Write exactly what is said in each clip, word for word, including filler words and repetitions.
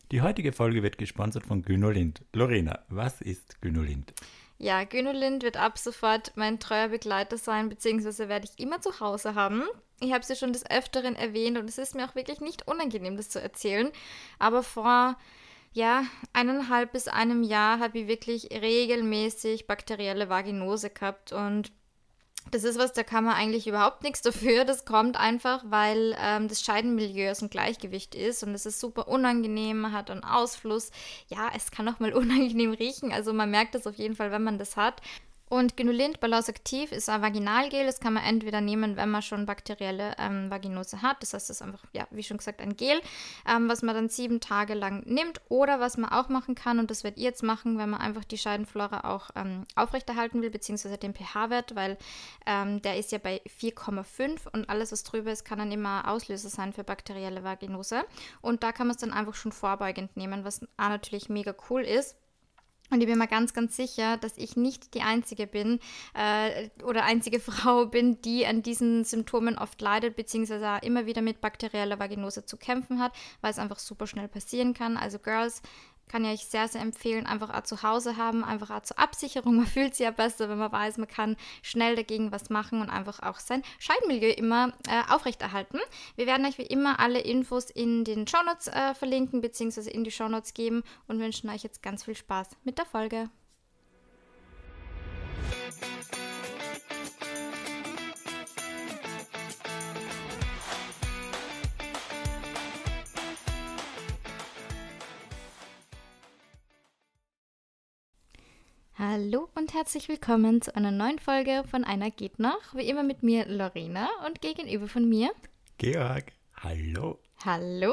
Die heutige Folge wird gesponsert von Gynolind. Lorena, was ist Gynolind? Ja, Gynolind wird ab sofort mein treuer Begleiter sein, beziehungsweise werde ich immer zu Hause haben. Ich habe es ja schon des Öfteren erwähnt und es ist mir auch wirklich nicht unangenehm, das zu erzählen. Aber vor, ja, eineinhalb bis einem Jahr habe ich wirklich regelmäßig bakterielle Vaginose gehabt und das ist was, da kann man eigentlich überhaupt nichts dafür. Das kommt einfach, weil ähm, das Scheidenmilieu aus dem Gleichgewicht ist und es ist super unangenehm, man hat einen Ausfluss. Ja, es kann auch mal unangenehm riechen, also man merkt das auf jeden Fall, wenn man das hat. Und Gynolind Balance Activ ist ein Vaginalgel, das kann man entweder nehmen, wenn man schon bakterielle ähm, Vaginose hat. Das heißt, es ist einfach, ja, wie schon gesagt, ein Gel, ähm, was man dann sieben Tage lang nimmt. Oder was man auch machen kann, und das werdet ihr jetzt machen, wenn man einfach die Scheidenflora auch ähm, aufrechterhalten will, beziehungsweise den pH-Wert, weil ähm, der ist ja bei vier Komma fünf und alles, was drüber ist, kann dann immer Auslöser sein für bakterielle Vaginose. Und da kann man es dann einfach schon vorbeugend nehmen, was auch natürlich mega cool ist. Und ich bin mir ganz, ganz sicher, dass ich nicht die Einzige bin äh, oder einzige Frau bin, die an diesen Symptomen oft leidet, beziehungsweise auch immer wieder mit bakterieller Vaginose zu kämpfen hat, weil es einfach super schnell passieren kann. Also Girls, kann ich euch sehr, sehr empfehlen, einfach auch zu Hause haben, einfach auch zur Absicherung. Man fühlt sich ja besser, wenn man weiß, man kann schnell dagegen was machen und einfach auch sein Scheidenmilieu immer äh, aufrechterhalten. Wir werden euch wie immer alle Infos in den Shownotes äh, verlinken, beziehungsweise in die Shownotes geben und wünschen euch jetzt ganz viel Spaß mit der Folge. Hallo und herzlich willkommen zu einer neuen Folge von Einer geht noch. Wie immer mit mir Lorena und gegenüber von mir Georg, hallo. Hallo.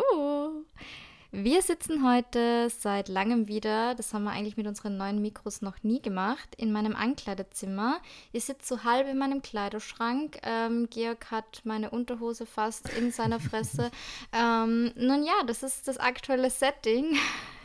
Wir sitzen heute seit langem wieder, das haben wir eigentlich mit unseren neuen Mikros noch nie gemacht, in meinem Ankleidezimmer. Ich sitze so halb in meinem Kleiderschrank. Ähm, Georg hat meine Unterhose fast in seiner Fresse. ähm, nun ja, das ist das aktuelle Setting.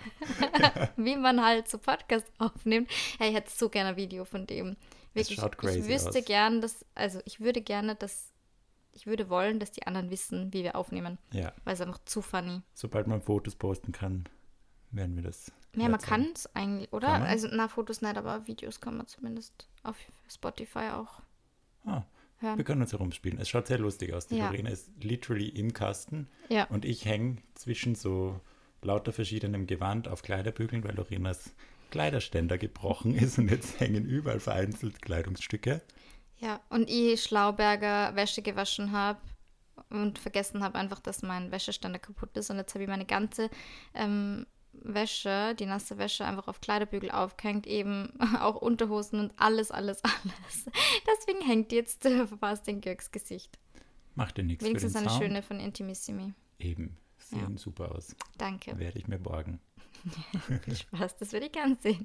Wie man halt so Podcast aufnimmt. Ja, ich hätte so gerne ein Video von dem. Wirklich, Es schaut crazy ich wüsste aus. gern, dass, also ich würde gerne, dass, ich würde wollen, dass die anderen wissen, wie wir aufnehmen. Ja, Weil es einfach zu funny. sobald man Fotos posten kann, werden wir das. Ja, man erzählen. kann es eigentlich, oder? Kann man? Also, na, Fotos nicht, aber Videos kann man zumindest auf Spotify auch Ah, hören. wir können uns herumspielen. Es schaut sehr lustig aus. Die Ja. Lorena ist literally im Kasten Ja. und ich hänge zwischen so lauter verschiedenem Gewand auf Kleiderbügeln, weil Lorenas Kleiderständer gebrochen ist und jetzt hängen überall vereinzelt Kleidungsstücke. Ja, und ich Schlauberger Wäsche gewaschen habe und vergessen habe einfach, dass mein Wäscheständer kaputt ist. Und jetzt habe ich meine ganze ähm, Wäsche, die nasse Wäsche, einfach auf Kleiderbügel aufgehängt, eben auch Unterhosen und alles, alles, alles. Deswegen hängt die jetzt äh, fast in Georgs Gesicht. Macht dir nichts für den Wenigstens eine Sound. schöne von Intimissimi. Eben, sehen Ja. super aus. Danke. Werde ich mir borgen. Viel Spaß, das würde ich gern sehen.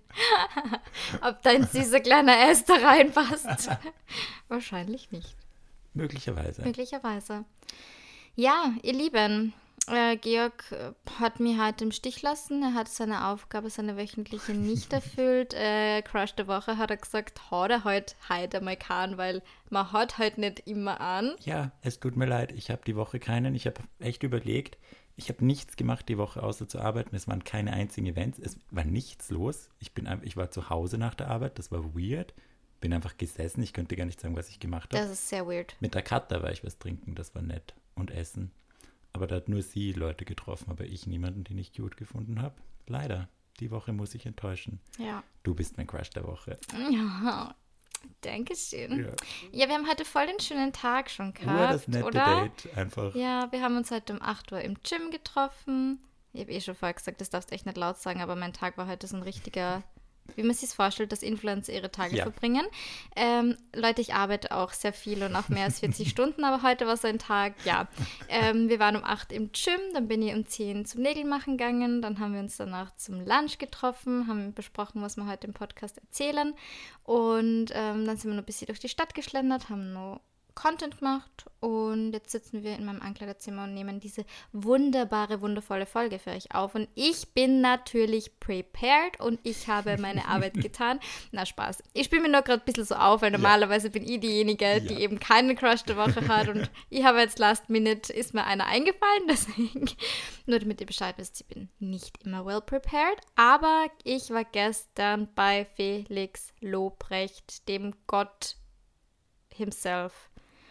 Ob dein süßer kleiner S da reinpasst. Wahrscheinlich nicht. Möglicherweise. Möglicherweise. Ja, ihr Lieben, äh, Georg äh, hat mich heute im Stich lassen. Er hat seine Aufgabe, seine wöchentliche, nicht erfüllt. Äh, Crush der Woche hat er gesagt, hat er heute heute mal keinen, weil man hat halt nicht immer an. Ja, es tut mir leid, ich habe die Woche keinen. Ich habe echt überlegt, ich habe nichts gemacht die Woche, außer zu arbeiten. Es waren keine einzigen Events, es war nichts los. Ich, bin, ein- ich war zu Hause nach der Arbeit, das war weird. Bin einfach gesessen, ich könnte gar nicht sagen, was ich gemacht habe. Das ist sehr weird. Mit der Katha war ich was trinken, das war nett. Und essen. Aber da hat nur sie Leute getroffen, aber ich niemanden, den ich cute gefunden habe. Leider, die Woche muss ich enttäuschen. Ja. Du bist mein Crush der Woche. Ja, Dankeschön. Ja. Ja, wir haben heute voll den schönen Tag schon Nur das gehabt, nette oder? Date, einfach. Ja, wir haben uns heute um acht Uhr im Gym getroffen. Ich habe eh schon vorher gesagt, das darfst du echt nicht laut sagen, aber mein Tag war heute so ein richtiger, wie man sich vorstellt, dass Influencer ihre Tage Ja. verbringen. Ähm, Leute, ich arbeite auch sehr viel und auch mehr als vierzig Stunden, aber heute war so ein Tag, ja. Ähm, wir waren um acht im Gym, dann bin ich um zehn zum Nägelmachen gegangen, dann haben wir uns danach zum Lunch getroffen, haben besprochen, was wir heute im Podcast erzählen und ähm, dann sind wir noch ein bisschen durch die Stadt geschlendert, haben noch Content gemacht und jetzt sitzen wir in meinem Ankleiderzimmer und nehmen diese wunderbare, wundervolle Folge für euch auf. Und ich bin natürlich prepared und ich habe meine Arbeit getan. Na, Spaß. Ich spiele mir nur gerade ein bisschen so auf, weil normalerweise ja. bin ich diejenige, die ja. eben keinen Crush der Woche hat und ich habe jetzt last minute, ist mir einer eingefallen, deswegen, nur damit ihr Bescheid wisst, ich bin nicht immer well prepared, aber ich war gestern bei Felix Lobrecht, dem Gott himself.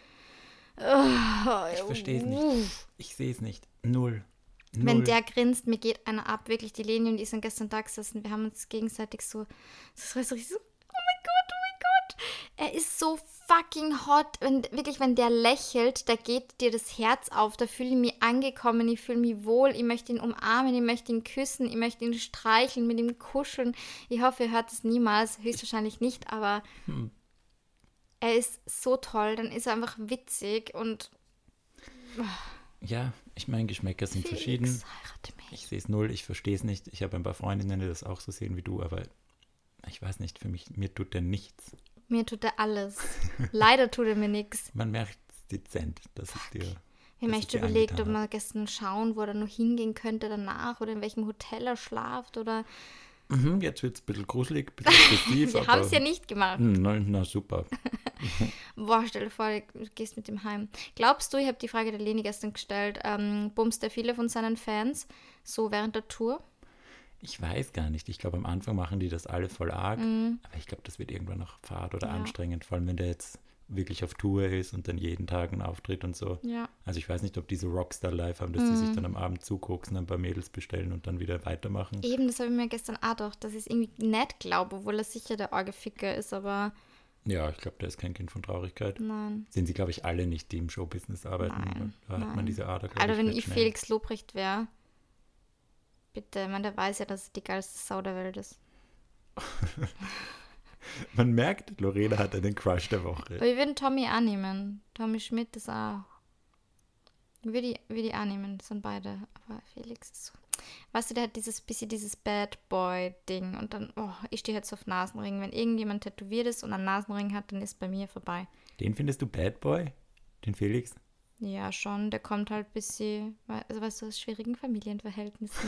Ich verstehe es nicht. Ich sehe es nicht. Null. Null. Wenn der grinst, mir geht einer ab. Wirklich, die Leni und ich sind gestern da gesessen. Wir haben uns gegenseitig so, so, so, so, oh mein Gott, oh mein Gott. Er ist so fucking hot. Wenn, wirklich, wenn der lächelt, da geht dir das Herz auf. Da fühle ich mich angekommen. Ich fühle mich wohl. Ich möchte ihn umarmen. Ich möchte ihn küssen. Ich möchte ihn streicheln, mit ihm kuscheln. Ich hoffe, ihr hört es niemals. Höchstwahrscheinlich nicht, aber hm. er ist so toll, dann ist er einfach witzig und... Oh. Ja, ich meine, Geschmäcker sind Felix, verschieden. Heirate mich. Ich sehe es null, ich verstehe es nicht. Ich habe ein paar Freundinnen, die das auch so sehen wie du, aber ich weiß nicht, für mich, mir tut er nichts. Mir tut er alles. Leider tut er mir nichts. Man merkt es dezent, dass es dir... Wir haben echt überlegt, ob wir gestern schauen, wo er noch hingehen könnte danach oder in welchem Hotel er schlaft oder... Mhm, jetzt wird es ein bisschen gruselig, ein bisschen aggressiv. Wir haben es ja nicht gemacht. Na, na super. Boah, stell dir vor, du gehst mit ihm heim. Glaubst du, ich habe die Frage der Leni gestern gestellt, ähm, bumst er viele von seinen Fans so während der Tour? Ich weiß gar nicht. Ich glaube, am Anfang machen die das alle voll arg. Mhm. Aber ich glaube, das wird irgendwann noch fad oder ja. anstrengend. Vor allem, wenn der jetzt wirklich auf Tour ist und dann jeden Tag einen Auftritt und so. Ja. Also ich weiß nicht, ob die so Rockstar-Live haben, dass mhm. die sich dann am Abend zugucken, ein paar Mädels bestellen und dann wieder weitermachen. Eben, das habe ich mir gestern auch gedacht, dass ich es irgendwie nicht glaube, obwohl er sicher der Orgeficker ist, aber... Ja, ich glaube, der ist kein Kind von Traurigkeit. Nein. Sind sie, glaube ich, alle nicht, die im Showbusiness arbeiten. Nein, da nein. hat man diese Ader, glaube also ich, wenn ich schnell. Felix Lobrecht wäre, bitte, man, der weiß ja, dass er die geilste Sau der Welt ist. Man merkt, Lorena hat einen Crush der Woche. Aber wir würden Tommy annehmen. Tommy Schmidt ist auch. Würde ich, würde ich annehmen, das sind beide. Aber Felix ist so. Weißt du, der hat dieses bisschen dieses Bad Boy-Ding. Und dann, oh, ich stehe jetzt auf Nasenring. Wenn irgendjemand tätowiert ist und einen Nasenring hat, dann ist bei mir vorbei. Den findest du Bad Boy? Den Felix? Ja, schon. Der kommt halt ein bisschen, also weißt du, aus schwierigen Familienverhältnissen.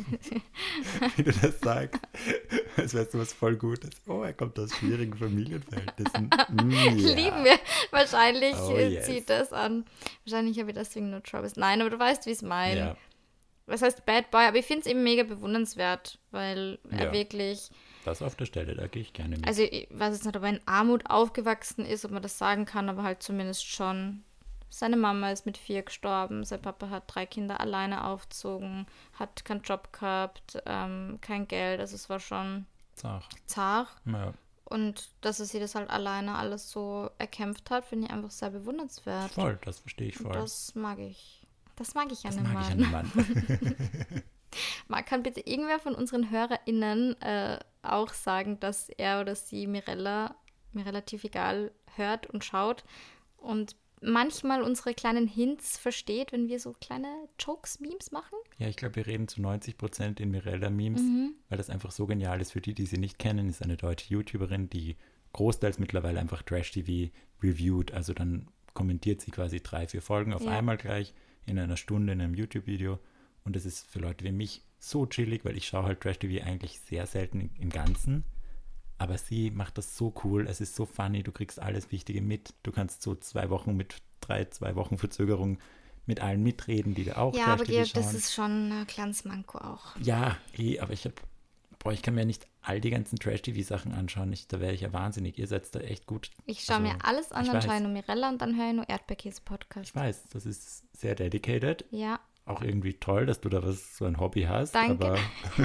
Wie du das sagst, als wärst du was voll Gutes. Oh, er kommt aus schwierigen Familienverhältnissen. Mm, ja. Lieben wir. Wahrscheinlich oh, yes. zieht das an. Wahrscheinlich habe ich deswegen nur Troubles. Nein, aber du weißt, wie ich es meine. Ja. Was heißt Bad Boy? Aber ich finde es eben mega bewundernswert, weil er ja. wirklich... Das auf der Stelle, da gehe ich gerne mit. Also ich weiß jetzt nicht, ob er in Armut aufgewachsen ist, ob man das sagen kann, aber halt zumindest schon... Seine Mama ist mit vier gestorben, sein Papa hat drei Kinder alleine aufgezogen, hat keinen Job gehabt, ähm, kein Geld, also es war schon zart. zart. Ja. Und dass er sich das halt alleine alles so erkämpft hat, finde ich einfach sehr bewundernswert. Voll, das verstehe ich voll. Und das mag ich. Das mag ich an das einem mag Mann. Ich an einem Mann. Kann bitte irgendwer von unseren HörerInnen äh, auch sagen, dass er oder sie Mirella, mir relativ egal, hört und schaut und manchmal unsere kleinen Hints versteht, wenn wir so kleine Jokes, Memes machen? Ja, ich glaube, wir reden zu neunzig Prozent in Mirella-Memes, mhm. weil das einfach so genial ist. Für die, die sie nicht kennen, ist eine deutsche YouTuberin, die großteils mittlerweile einfach Trash-T V reviewt. Also dann kommentiert sie quasi drei, vier Folgen auf ja. einmal gleich in einer Stunde in einem YouTube-Video. Und das ist für Leute wie mich so chillig, weil ich schaue halt Trash-T V eigentlich sehr selten im Ganzen. Aber sie macht das so cool, es ist so funny, du kriegst alles Wichtige mit. Du kannst so zwei Wochen mit drei, zwei Wochen Verzögerung mit allen mitreden, die da auch ja, aber Trash-T V schauen. Das ist schon ein kleines Manko auch. Ja, eh, aber ich habe, boah, ich kann mir nicht all die ganzen Trash-T V-Sachen anschauen. Ich, da wäre ich ja wahnsinnig. Ihr seid da echt gut. Ich schaue also, mir alles an, dann schaue ich nur Mirella und dann höre ich nur Erdbeerkäse-Podcast. Ich weiß, das ist sehr dedicated. Ja. Auch irgendwie toll, dass du da was, so ein Hobby hast. Danke. Aber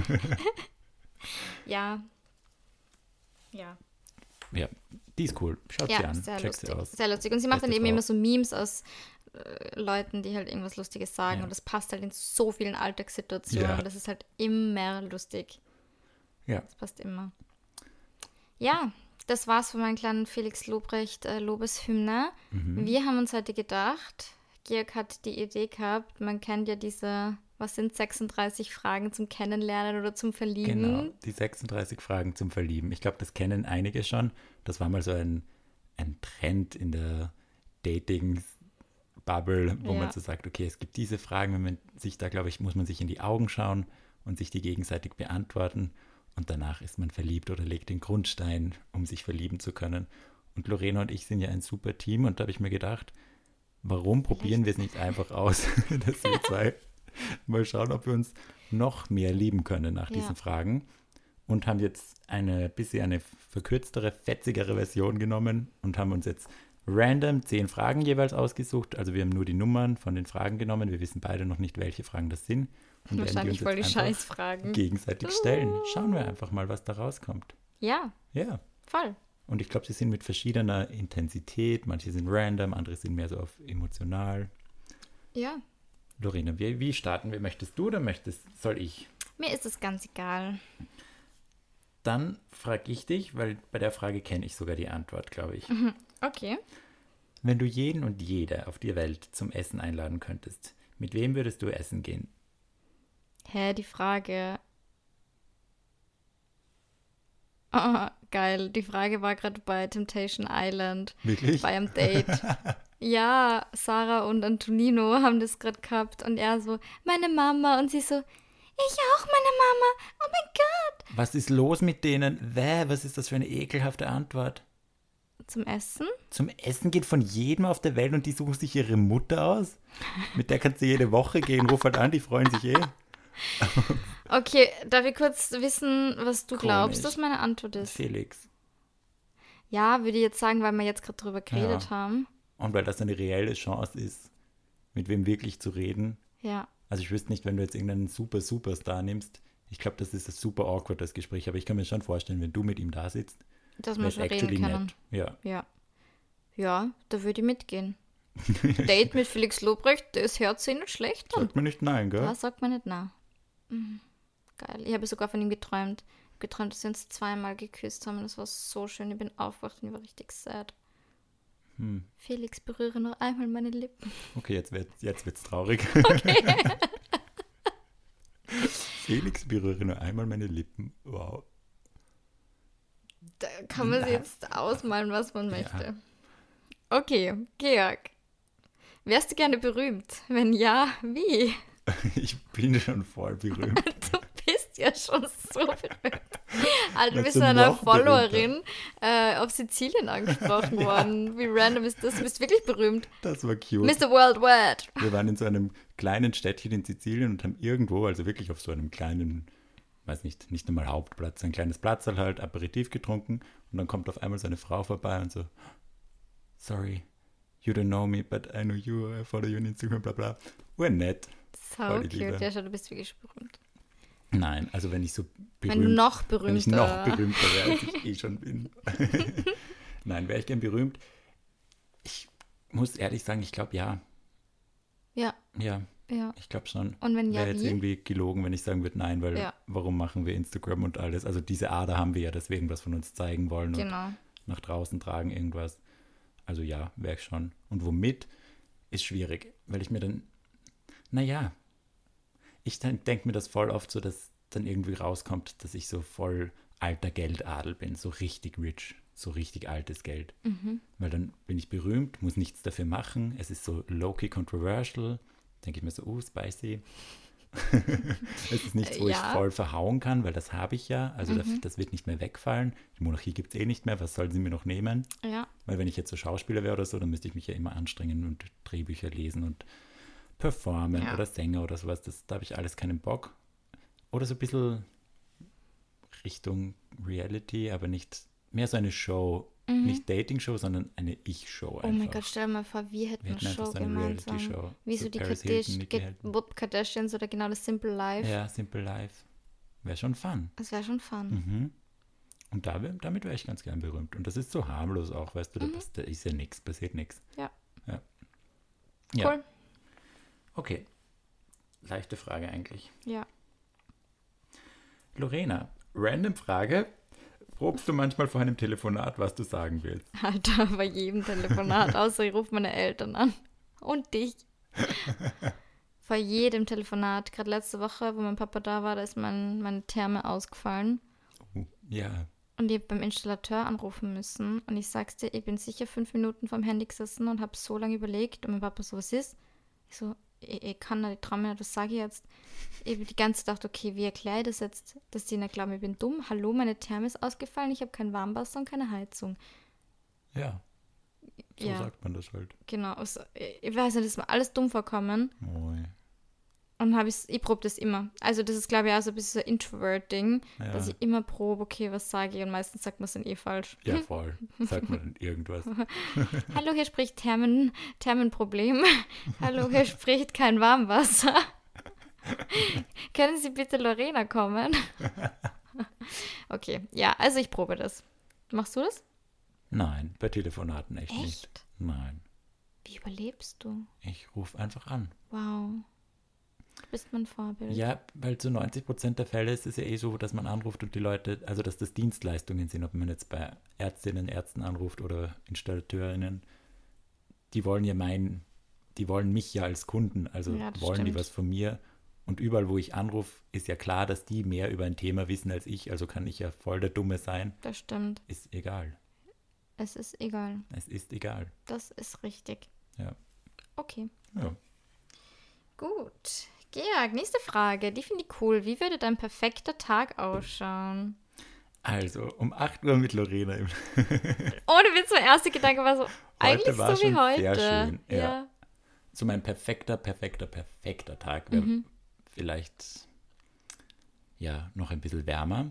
ja. Ja. Ja, die ist cool. Schaut ja, sie an. Sehr Check lustig. sie aus. Sehr lustig. Und sie macht Beste dann eben Frau. immer so Memes aus äh, Leuten, die halt irgendwas Lustiges sagen. Ja. Und das passt halt in so vielen Alltagssituationen. Ja. Das ist halt immer lustig. Ja. Das passt immer. Ja, das war's von meinem kleinen Felix Lobrecht äh, Lobeshymne. Mhm. Wir haben uns heute gedacht, Georg hat die Idee gehabt, man kennt ja diese... Was sind sechsunddreißig Fragen zum Kennenlernen oder zum Verlieben? Genau, die sechsunddreißig Fragen zum Verlieben. Ich glaube, das kennen einige schon. Das war mal so ein, ein Trend in der Dating-Bubble, wo Ja. man so sagt, okay, es gibt diese Fragen, wenn man sich da, glaube ich, muss man sich in die Augen schauen und sich die gegenseitig beantworten und danach ist man verliebt oder legt den Grundstein, um sich verlieben zu können. Und Lorena und ich sind ja ein super Team und da habe ich mir gedacht, warum probieren wir es nicht einfach aus, dass wir zwei mal schauen, ob wir uns noch mehr lieben können nach Ja. diesen Fragen. Und haben jetzt eine bisschen eine verkürztere, fetzigere Version genommen und haben uns jetzt random zehn Fragen jeweils ausgesucht. Also wir haben nur die Nummern von den Fragen genommen. Wir wissen beide noch nicht, welche Fragen das sind. Und werden Wahrscheinlich die voll uns die jetzt einfach Scheißfragen. gegenseitig stellen. Schauen wir einfach mal, was da rauskommt. Ja, Ja. voll. Und ich glaube, sie sind mit verschiedener Intensität. Manche sind random, andere sind mehr so auf emotional. Ja, Lorena, wie, wie starten wir? Möchtest du oder möchtest, soll ich? mir ist es ganz egal. Dann frage ich dich, weil bei der Frage kenne ich sogar die Antwort, glaube ich. Okay. Wenn du jeden und jede auf die Welt zum Essen einladen könntest, mit wem würdest du essen gehen? Hä, die Frage. Oh, geil. Die Frage war gerade bei Temptation Island. Wirklich? Bei einem Date. Ja, Sarah und Antonino haben das gerade gehabt und er so, meine Mama und sie so, ich auch meine Mama. Oh mein Gott. Was ist los mit denen? Wäh, was ist das für eine ekelhafte Antwort? Zum Essen? Zum Essen geht von jedem auf der Welt und die suchen sich ihre Mutter aus? Mit der kannst du jede Woche gehen, ruf halt an, die freuen sich eh. Okay, darf ich kurz wissen, was du Komisch. glaubst, dass meine Antwort ist? Felix. Ja, würde ich jetzt sagen, weil wir jetzt gerade drüber geredet Ja. haben. Und weil das eine reelle Chance ist, mit wem wirklich zu reden. Ja. Also ich wüsste nicht, wenn du jetzt irgendeinen super Superstar nimmst. Ich glaube, das ist ein super awkward, das Gespräch. Aber ich kann mir schon vorstellen, wenn du mit ihm da sitzt, Dass wäre wir es schon reden actually können. nett. Ja. Ja. Ja, da würde ich mitgehen. Date mit Felix Lobrecht, das hört sich nicht schlecht an. Sagt man nicht nein, gell? Da sagt man nicht nein. Mhm. Geil. Ich habe sogar von ihm geträumt. Ich habe geträumt, dass wir uns zweimal geküsst haben. Das war so schön. Ich bin aufgewacht und ich war richtig sad. Hm. Felix, berühre noch einmal meine Lippen. Okay, jetzt wird jetzt wird's traurig. Felix, berühre nur einmal meine Lippen. Wow. Da kann man sich Nein. jetzt ausmalen, was man Ja. möchte. Okay, Georg. Wärst du gerne berühmt? Wenn ja, wie? Ich bin schon voll berühmt. Du bist ja schon so berühmt. Also, du Wärst bist du von einer noch Followerin äh, auf Sizilien angesprochen worden. Wie random ist das? Du bist wirklich berühmt. Das war cute. Mister Worldwide. Wir waren in so einem kleinen Städtchen in Sizilien und haben irgendwo, also wirklich auf so einem kleinen, weiß nicht, nicht einmal Hauptplatz, ein kleines Platzl halt, Aperitif getrunken und dann kommt auf einmal so eine Frau vorbei und so, sorry, you don't know me, but I know you, I follow you on Instagram, bla bla. Urnett. So Voll die Liebe. cute. Ja, schau, du bist wirklich berühmt. Nein, also wenn ich so berühmt, Wenn du noch wenn ich berühmter. noch berühmter wäre, als ich eh schon bin. Nein, wäre ich gern berühmt? Ich muss ehrlich sagen, ich glaube ja. Ja, Ja, ja. ich glaube schon. Und wenn ja, Wäre jetzt wie? irgendwie gelogen, wenn ich sagen würde, nein, weil Ja. warum machen wir Instagram und alles? Also diese Ader haben wir ja deswegen, was von uns zeigen wollen und Genau. nach draußen tragen irgendwas. Also ja, wäre ich schon. Und womit ist schwierig, weil ich mir dann, naja, ich denke mir das voll oft so, dass dann irgendwie rauskommt, dass ich so voll alter Geldadel bin, so richtig rich, so richtig altes Geld. Mhm. Weil dann bin ich berühmt, muss nichts dafür machen, es ist so low-key controversial, denke ich mir so, uh, spicy. Es ist nichts, wo Ja. ich voll verhauen kann, weil das habe ich ja, also das, das wird nicht mehr wegfallen. Die Monarchie gibt es eh nicht mehr, was sollen sie mir noch nehmen? Ja. Weil wenn ich jetzt so Schauspieler wäre oder so, dann müsste ich mich ja immer anstrengen und Drehbücher lesen und performen Ja. oder Sänger oder sowas. Das, da habe ich alles keinen Bock. Oder so ein bisschen Richtung Reality, aber nicht mehr so eine Show. Nicht Dating-Show, sondern eine Ich-Show einfach. Oh mein Gott, stell dir mal vor, wir hätten Wir eine hätten einfach Show so eine gemeinsam. Reality-Show. Wie so So die Paris Kardash Hilton, Nicky Get- Hilton. Bob Kardashians oder genau das Simple Life. Ja, Simple Life. Wäre schon fun. Das wäre schon fun. Mhm. Und da, wär- damit wäre ich ganz gern berühmt. Und das ist so harmlos auch, weißt du, da, pass- da ist ja nichts, passiert nichts. Ja. Ja. Ja. Cool. Okay. Leichte Frage eigentlich. Ja. Lorena, random Frage. Probst du manchmal vor einem Telefonat, was du sagen willst? Alter, bei jedem Telefonat, außer ich rufe meine Eltern an. Und dich. Vor jedem Telefonat. Gerade letzte Woche, wo mein Papa da war, da ist mein, meine Therme ausgefallen. Oh, ja. Und ich habe beim Installateur anrufen müssen. Und ich sag's dir, ich bin sicher fünf Minuten vom Handy gesessen und habe so lange überlegt. Und mein Papa so, was ist? Ich so, ich, ich kann nicht, ich trau mir nicht, was sage ich jetzt? Ich habe die ganze Zeit gedacht, okay, wie erkläre ich das jetzt, dass die nicht glauben, ich bin dumm? Hallo, meine Therme ist ausgefallen, ich habe kein Warmwasser und keine Heizung. Ja, so Ja. sagt man das halt. Genau, also, ich ich weiß nicht, das ist mir alles dumm vorkommen. Ui. Und hab ich, ich probe das immer. Also das ist, glaube ich, auch so ein bisschen so ein Introvert-Ding, Ja. dass ich immer probe, okay, was sage ich? Und meistens sagt man es dann eh falsch. Ja, voll. Sagt man dann irgendwas. Hallo, hier spricht Thermen, Thermenproblem. Hallo, hier spricht kein Warmwasser. Können Sie bitte Lorena kommen? Okay, ja, also ich probe das. Machst du das? Nein, bei Telefonaten echt, Echt? nicht. Nein, Wie überlebst du? ich rufe einfach an. Wow. Du bist mein Vorbild. Ja, weil zu neunzig Prozent der Fälle ist es ja eh so, dass man anruft und die Leute, also dass das Dienstleistungen sind, ob man jetzt bei Ärztinnen, Ärzten anruft oder Installateurinnen, die wollen ja meinen, die wollen mich ja als Kunden, also Ja, das wollen die stimmt. was von mir. Und überall, wo ich anrufe, ist ja klar, dass die mehr über ein Thema wissen als ich, also kann ich ja voll der Dumme sein. Das stimmt. Ist egal. Es ist egal. Es ist egal. Das ist richtig. Ja. Okay. Ja. Gut. Georg, nächste Frage. Die finde ich cool. Wie würde dein perfekter Tag ausschauen? Also, um acht Uhr mit Lorena im Ohne Witz, mein erster Gedanke war so, eigentlich war so wie schon heute. sehr schön, ja. Ja. So mein perfekter, perfekter, perfekter Tag wäre Mhm. vielleicht ja noch ein bisschen wärmer.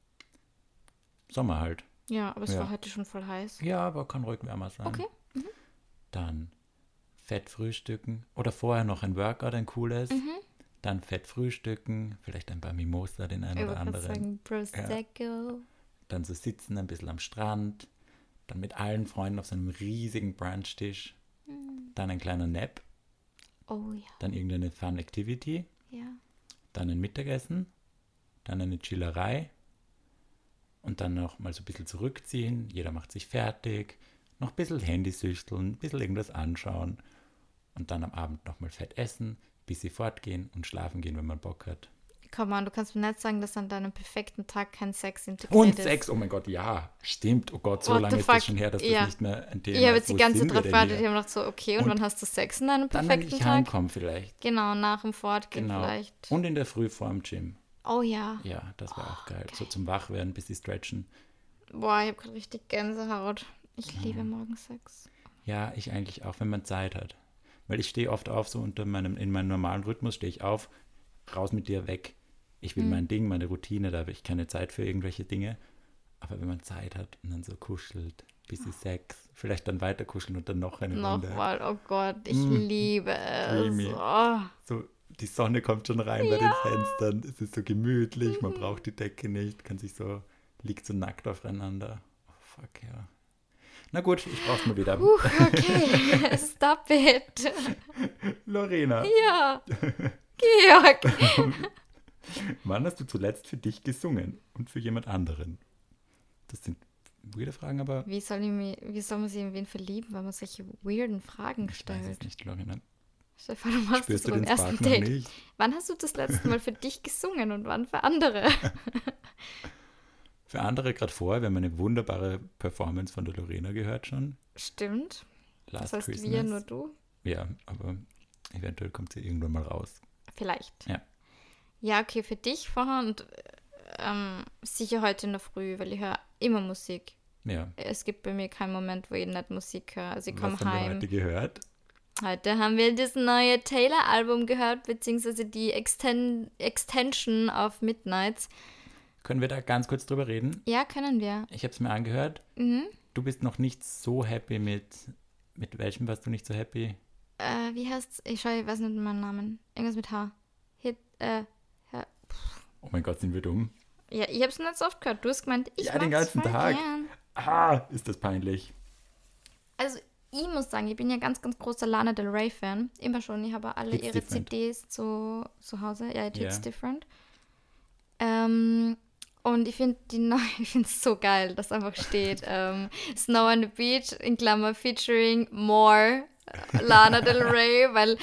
Sommer halt. Ja, aber es Ja. war heute schon voll heiß. Ja, aber kann ruhig wärmer sein. Okay. Dann fett frühstücken oder vorher noch ein Workout, ein cooles. Mhm. Dann fett frühstücken, vielleicht ein paar Mimosa, den einen Ich oder wollte gerade anderen. sagen, Prosecco. Dann so sitzen, ein bisschen am Strand. Dann mit allen Freunden auf so einem riesigen Brunchtisch. Mhm. Dann ein kleiner Nap. Oh ja, Dann irgendeine Fun Activity. ja. Dann ein Mittagessen. Dann eine Chillerei. Und dann noch mal so ein bisschen zurückziehen. Jeder macht sich fertig. Noch ein bisschen Handy süchteln, ein bisschen irgendwas anschauen. Und dann am Abend noch mal fett essen, bis sie fortgehen und schlafen gehen, wenn man Bock hat. Komm mal, du kannst mir nicht sagen, dass an deinem perfekten Tag kein Sex integriert Und ist. Sex, oh mein Gott, ja, stimmt. Oh Gott, so What lange the ist das fuck? schon her, dass Ja. das nicht mehr ein Thema Ich habe ist. jetzt die Wo ganze sind Zeit wir drauf denn gewartet. Ich hier? habe gedacht so, okay, und, Und wann hast du Sex in deinem Dann, wenn perfekten ich Tag? heimkomme vielleicht. Genau, nach dem Fortgehen Genau. vielleicht. Und in der Früh vorm Gym. Oh ja. Ja, das wäre auch geil. So zum Wachwerden, bis sie stretchen. Boah, ich habe gerade richtig Gänsehaut. Ich liebe Morgensex. Ja, ich eigentlich auch, wenn man Zeit hat. Weil ich stehe oft auf, so unter meinem, in meinem normalen Rhythmus stehe ich auf, raus mit dir, weg. Ich will Mhm. mein Ding, meine Routine, da habe ich keine Zeit für irgendwelche Dinge. Aber wenn man Zeit hat und dann so kuschelt, bisschen Sex, vielleicht dann weiter kuscheln und dann noch eine Runde. Nochmal, oh Gott, ich Mm, liebe es. dreamy. Oh. So, die Sonne kommt schon rein bei den Fenstern, es ist so gemütlich, man Mhm. braucht die Decke nicht, kann sich so, liegt so nackt aufeinander. Oh, fuck, ja. Na gut, ich brauch's mal wieder. Puh, okay, stop it. Lorena, Ja. Georg. wann hast du zuletzt für dich gesungen und für jemand anderen? Das sind weirde Fragen, aber Wie soll, ich mich, wie soll man sich in wen verlieben, wenn man solche weirden Fragen ich weiß es stellt? nicht, Lorena. Stefan, du machst das Spürst so du beim den ersten Spark noch Date. nicht? Wann hast du das letzte Mal für dich gesungen und wann für andere? Für andere gerade vorher, wir haben eine wunderbare Performance von der Lorena gehört schon. Stimmt. Last Das heißt Christmas. wir, nur du? Ja, aber eventuell kommt sie irgendwann mal raus. Vielleicht. Ja. Ja, okay, für dich vorher und ähm, sicher heute in der Früh, weil ich höre immer Musik. Ja. Es gibt bei mir keinen Moment, wo ich nicht Musik höre. Also ich komme Was haben wir heim. heute gehört? Heute haben wir das neue Taylor-Album gehört, beziehungsweise die Exten Extension auf Midnights. Können wir da ganz kurz drüber reden? Ja, können wir. Ich habe es mir angehört. Mhm. Du bist noch nicht so happy mit, mit welchem warst du nicht so happy? Äh, wie heißt's? Ich schau, ich weiß nicht meinen Namen. Irgendwas mit H. Hit, äh, H. Oh mein Gott, sind wir dumm. Ja, ich hab's nicht so oft gehört. Du hast gemeint, ich Ja, den mag's ganzen voll Tag. Gern. Ah, ist das peinlich. Also, ich muss sagen, ich bin ja ganz, ganz großer Lana Del Rey-Fan. Immer schon. Ich habe alle It's ihre different. C Ds zu, zu Hause. Ja, it Ja. hits different. Ähm, und ich finde die neue, ich finde es so geil, dass einfach steht ähm, Snow on the Beach in Klammer featuring more äh, Lana Del Rey, weil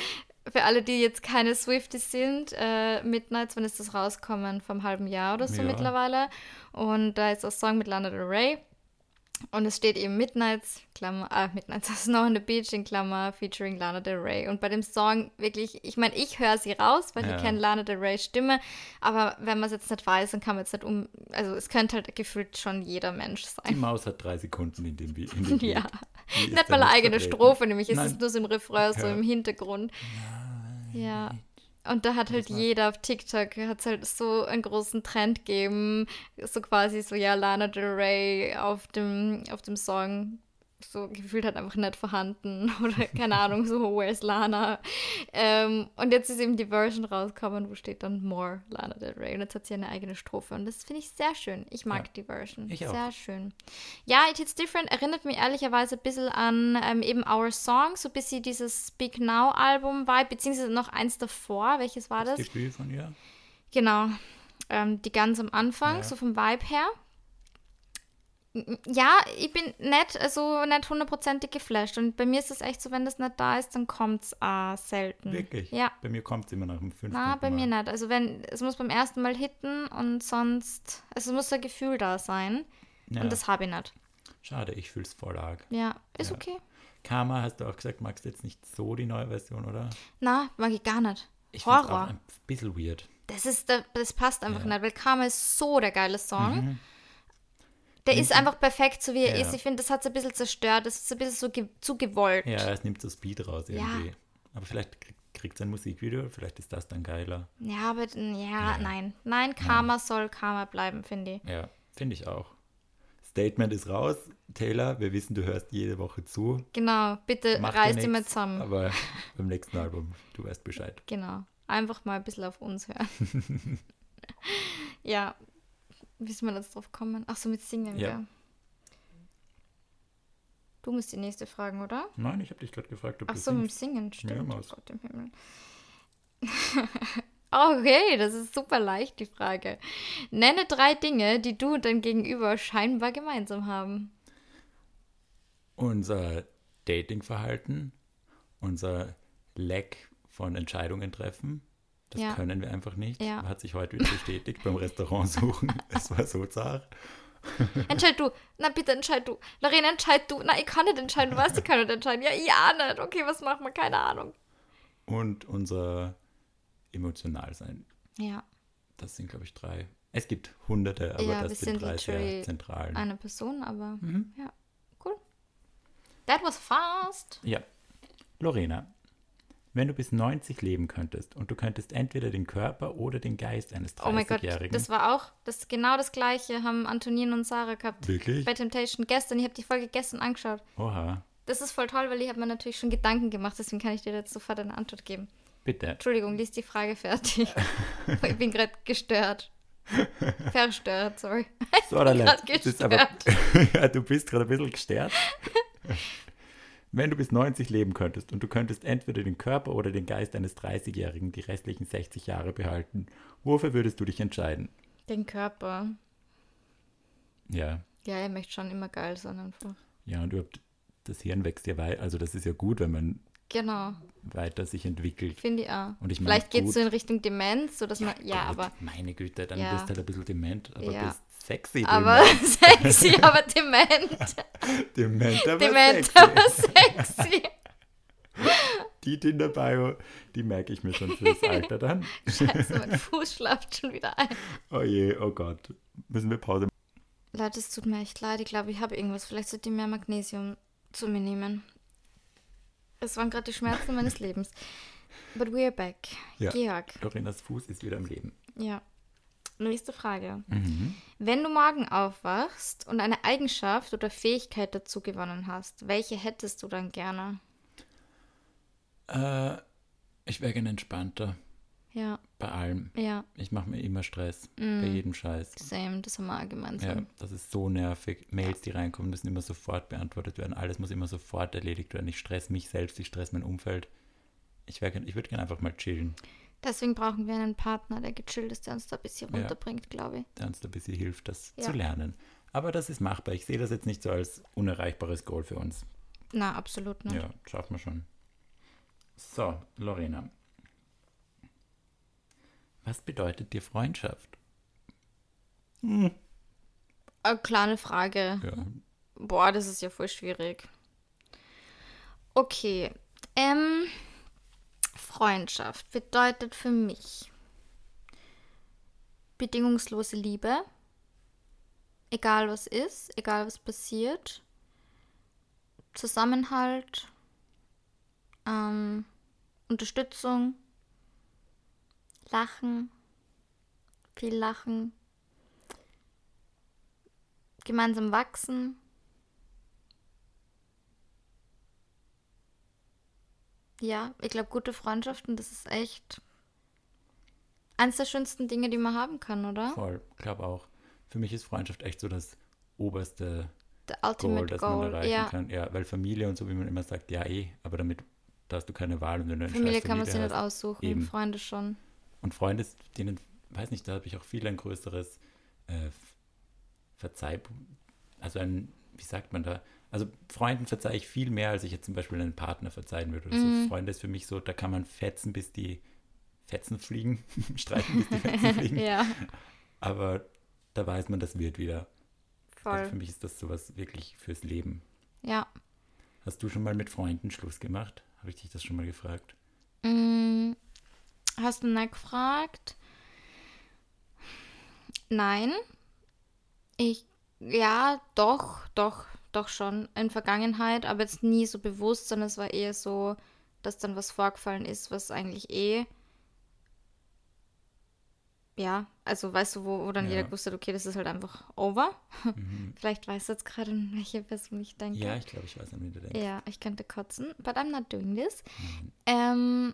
für alle, die jetzt keine Swifties sind, äh, Midnights, wann ist das rauskommen? Vom halben Jahr oder so Ja. mittlerweile. Und da ist das Song mit Lana Del Rey. Und es steht eben Midnights, Klammer, ah, Midnights, Snow on the Beach in Klammer, featuring Lana Del Rey. Und bei dem Song wirklich, ich meine, ich höre sie raus, weil Ja. ich kenne Lana Del Reys Stimme, aber wenn man es jetzt nicht weiß, dann kann man jetzt nicht um, also es könnte halt gefühlt schon jeder Mensch Die sein. Maus hat drei Sekunden in dem, Bi- in dem Ja, Lied. Die ist nicht da mal eine eigene vertreten. Strophe, nämlich ist Nein. es nur so im Refrain, so Ja. im Hintergrund. Ja. Und da hat halt Was jeder auf TikTok, hat es halt so einen großen Trend gegeben, so quasi so, ja, Lana Del Rey auf dem, auf dem Song, so gefühlt halt einfach nicht vorhanden oder keine Ahnung, so, where's Lana? Ähm, und jetzt ist eben die Version rausgekommen, wo steht dann More Lana Del Rey und jetzt hat sie eine eigene Strophe und das finde ich sehr schön. Ich mag Ja, die Version, ich auch. sehr schön. Ja, It Hits Different erinnert mich ehrlicherweise ein bisschen an ähm, eben Our Song, so ein bisschen dieses Speak Now Album war, beziehungsweise noch eins davor, welches war das? Das Debüt von ihr. Genau, ähm, die ganz am Anfang, Ja. so vom Vibe her. Ja, ich bin nicht, also nicht hundertprozentig geflasht. Und bei mir ist es echt so, wenn das nicht da ist, dann kommt es äh, selten. Wirklich? Ja. Bei mir kommt es immer nach dem fünften Na, bei Mal. mir nicht. Also wenn, es muss beim ersten Mal hitten und sonst, also es muss ein Gefühl da sein. Ja. Und das habe ich nicht. Schade, ich fühle es voll arg. Ja, ist Ja. okay. Karma, hast du auch gesagt, magst du jetzt nicht so die neue Version, oder? Na, mag ich gar nicht. Ich finde es auch Horror. ein bisschen weird. Das ist, der- das passt einfach Ja. nicht, weil Karma ist so der geile Song. Mhm. Der Nimmt ist ihn- einfach perfekt, so wie er Ja. ist. Ich finde, das hat es ein bisschen zerstört. Das ist ein bisschen so ge zu gewollt. Ja, es nimmt so Speed raus Ja. irgendwie. Aber vielleicht krieg- kriegt es ein Musikvideo, vielleicht ist das dann geiler. Ja, aber ja, Ja. nein. Nein, Karma soll Karma bleiben, finde ich. Ja, finde ich auch. Statement ist raus. Taylor, wir wissen, du hörst jede Woche zu. Genau, bitte Mach dir reiß dich mal nix, zusammen. Aber beim nächsten Album, du weißt Bescheid. Genau. Einfach mal ein bisschen auf uns hören. Ja. Wie ist man jetzt drauf kommen? Ach so, mit Singen, Ja. gell? Du musst die nächste fragen, oder? Nein, ich habe dich gerade gefragt, ob Ach du so, mit singst. Singen, stimmt. Maus. Oh Gott im Himmel. Okay, das ist super leicht, die Frage. Nenne drei Dinge, die du und dein Gegenüber scheinbar gemeinsam haben. Unser Datingverhalten, unser Lack von Entscheidungen treffen, das Ja. können wir einfach nicht. Ja. Hat sich heute wieder bestätigt beim Restaurant suchen. Es war so zart. Entscheid du. Na, bitte entscheid du. Lorena, entscheid du. Na, ich kann nicht entscheiden. Du weißt, ich kann nicht entscheiden. Ja, ich auch nicht. Okay, was machen wir? Keine Ahnung. Und unser Emotionalsein. Ja, Das sind, glaube ich, drei. Es gibt hunderte, aber Ja, wir das sind sind drei sehr literally zentralen. eine Person, aber Mhm. ja, cool. That was fast. Ja. Lorena, wenn du bis neunzig leben könntest und du könntest entweder den Körper oder den Geist eines Oh mein Gott, dreißigjährigen. das war auch, das genau das gleiche haben Antonin und Sarah gehabt. Wirklich? Bei Temptation gestern. Ich habe die Folge gestern angeschaut. Oha. Das ist voll toll, weil ich habe mir natürlich schon Gedanken gemacht, deswegen kann ich dir jetzt sofort eine Antwort geben. Bitte. Entschuldigung, lies die Frage fertig. Ich bin gerade gestört. Verstört, sorry. So, oder grad Das ist aber, ja, du bist gerade ein bisschen gestört. Wenn du bis neunzig leben könntest und du könntest entweder den Körper oder den Geist eines dreißigjährigen die restlichen sechzig Jahre behalten, wofür würdest du dich entscheiden? Den Körper. Ja, Ja, er möchte schon immer geil sein einfach. ja, und überhaupt, das Hirn wächst ja weiter, also das ist ja gut, wenn man Genau, weiter sich entwickelt. finde ich auch. Und ich mein, Vielleicht geht es gut. so in Richtung Demenz, so dass man, ja, Gut, aber, meine Güte, dann Ja. bist du halt ein bisschen dement, aber Ja. bist sexy. aber sexy, aber dement. Dement, aber Dement, sexy. aber sexy. Die Tinder-Bio, die merke ich mir schon fürs Alter dann. Scheiße, mein Fuß schlaft schon wieder ein. Oh je, oh Gott. Müssen wir Pause machen? Leute, es tut mir echt leid. Ich glaube, ich habe irgendwas. Vielleicht sollte ich mehr Magnesium zu mir nehmen. Es waren gerade die Schmerzen meines Lebens. But we're back. Ja. Georg. Lorenas Fuß ist wieder am Leben. Ja. Nächste Frage. Mhm. Wenn du morgen aufwachst und eine Eigenschaft oder Fähigkeit dazu gewonnen hast, welche hättest du dann gerne? Äh, ich wäre gerne entspannter Ja, bei allem. ja, Ich mache mir immer Stress Mm. bei jedem Scheiß. same. Das haben wir auch Ja, gemeinsam. das ist so nervig. Mails, die reinkommen, müssen immer sofort beantwortet werden. Alles muss immer sofort erledigt werden. Ich stress mich selbst, ich stress mein Umfeld. Ich, wär gern- ich würde gerne einfach mal chillen, Deswegen brauchen wir einen Partner, der gechillt ist, der uns da ein bisschen Ja. runterbringt, glaube ich. der uns da ein bisschen hilft, das Ja. zu lernen. Aber das ist machbar. Ich sehe das jetzt nicht so als unerreichbares Goal für uns. Na, absolut nicht. Ja, schaffen wir schon. So, Lorena. Was bedeutet dir Freundschaft? Hm. Eine kleine Frage. Ja. Boah, das ist ja voll schwierig. Okay. Ähm, Freundschaft bedeutet für mich bedingungslose Liebe. Egal was ist, egal was passiert. Zusammenhalt. Ähm, Unterstützung. Lachen. Viel Lachen. Gemeinsam wachsen. Ja, ich glaube, gute Freundschaften, das ist echt eines der schönsten Dinge, die man haben kann, oder? Voll, glaube auch. Für mich ist Freundschaft echt so das oberste The ultimate Goal, das goal. man erreichen ja. kann. Ja, weil Familie und so, wie man immer sagt, ja eh, aber damit da hast du keine Wahl. Und wenn du eine Familie scheiß kann man sich Familie nicht hast, aussuchen, eben. Freunde schon. Und Freunde, denen, weiß nicht, da habe ich auch viel ein größeres äh, Verzeih, also ein, wie sagt man da, also Freunden verzeihe ich viel mehr, als ich jetzt zum Beispiel einen Partner verzeihen würde. Oder Mhm. so. Freunde ist für mich so, da kann man fetzen, bis die Fetzen fliegen, streiten, bis die Fetzen fliegen. Ja, Aber da weiß man, das wird wieder. voll. Also für mich ist das sowas wirklich fürs Leben. Ja. Hast du schon mal mit Freunden Schluss gemacht? Habe ich dich das schon mal gefragt? Mm, hast du nicht gefragt? Nein. Ich, ja, doch, doch, doch schon in Vergangenheit, aber jetzt nie so bewusst, sondern es war eher so, dass dann was vorgefallen ist, was eigentlich eh, ja, also weißt du, wo, wo dann Ja. jeder gewusst hat, okay, das ist halt einfach over. Mhm. Vielleicht weißt du jetzt gerade, an welche Person ich denke. Ja, ich glaube, ich weiß, an wen du denkst. Ja, ich könnte kotzen, but I'm not doing this. Nein. Ähm,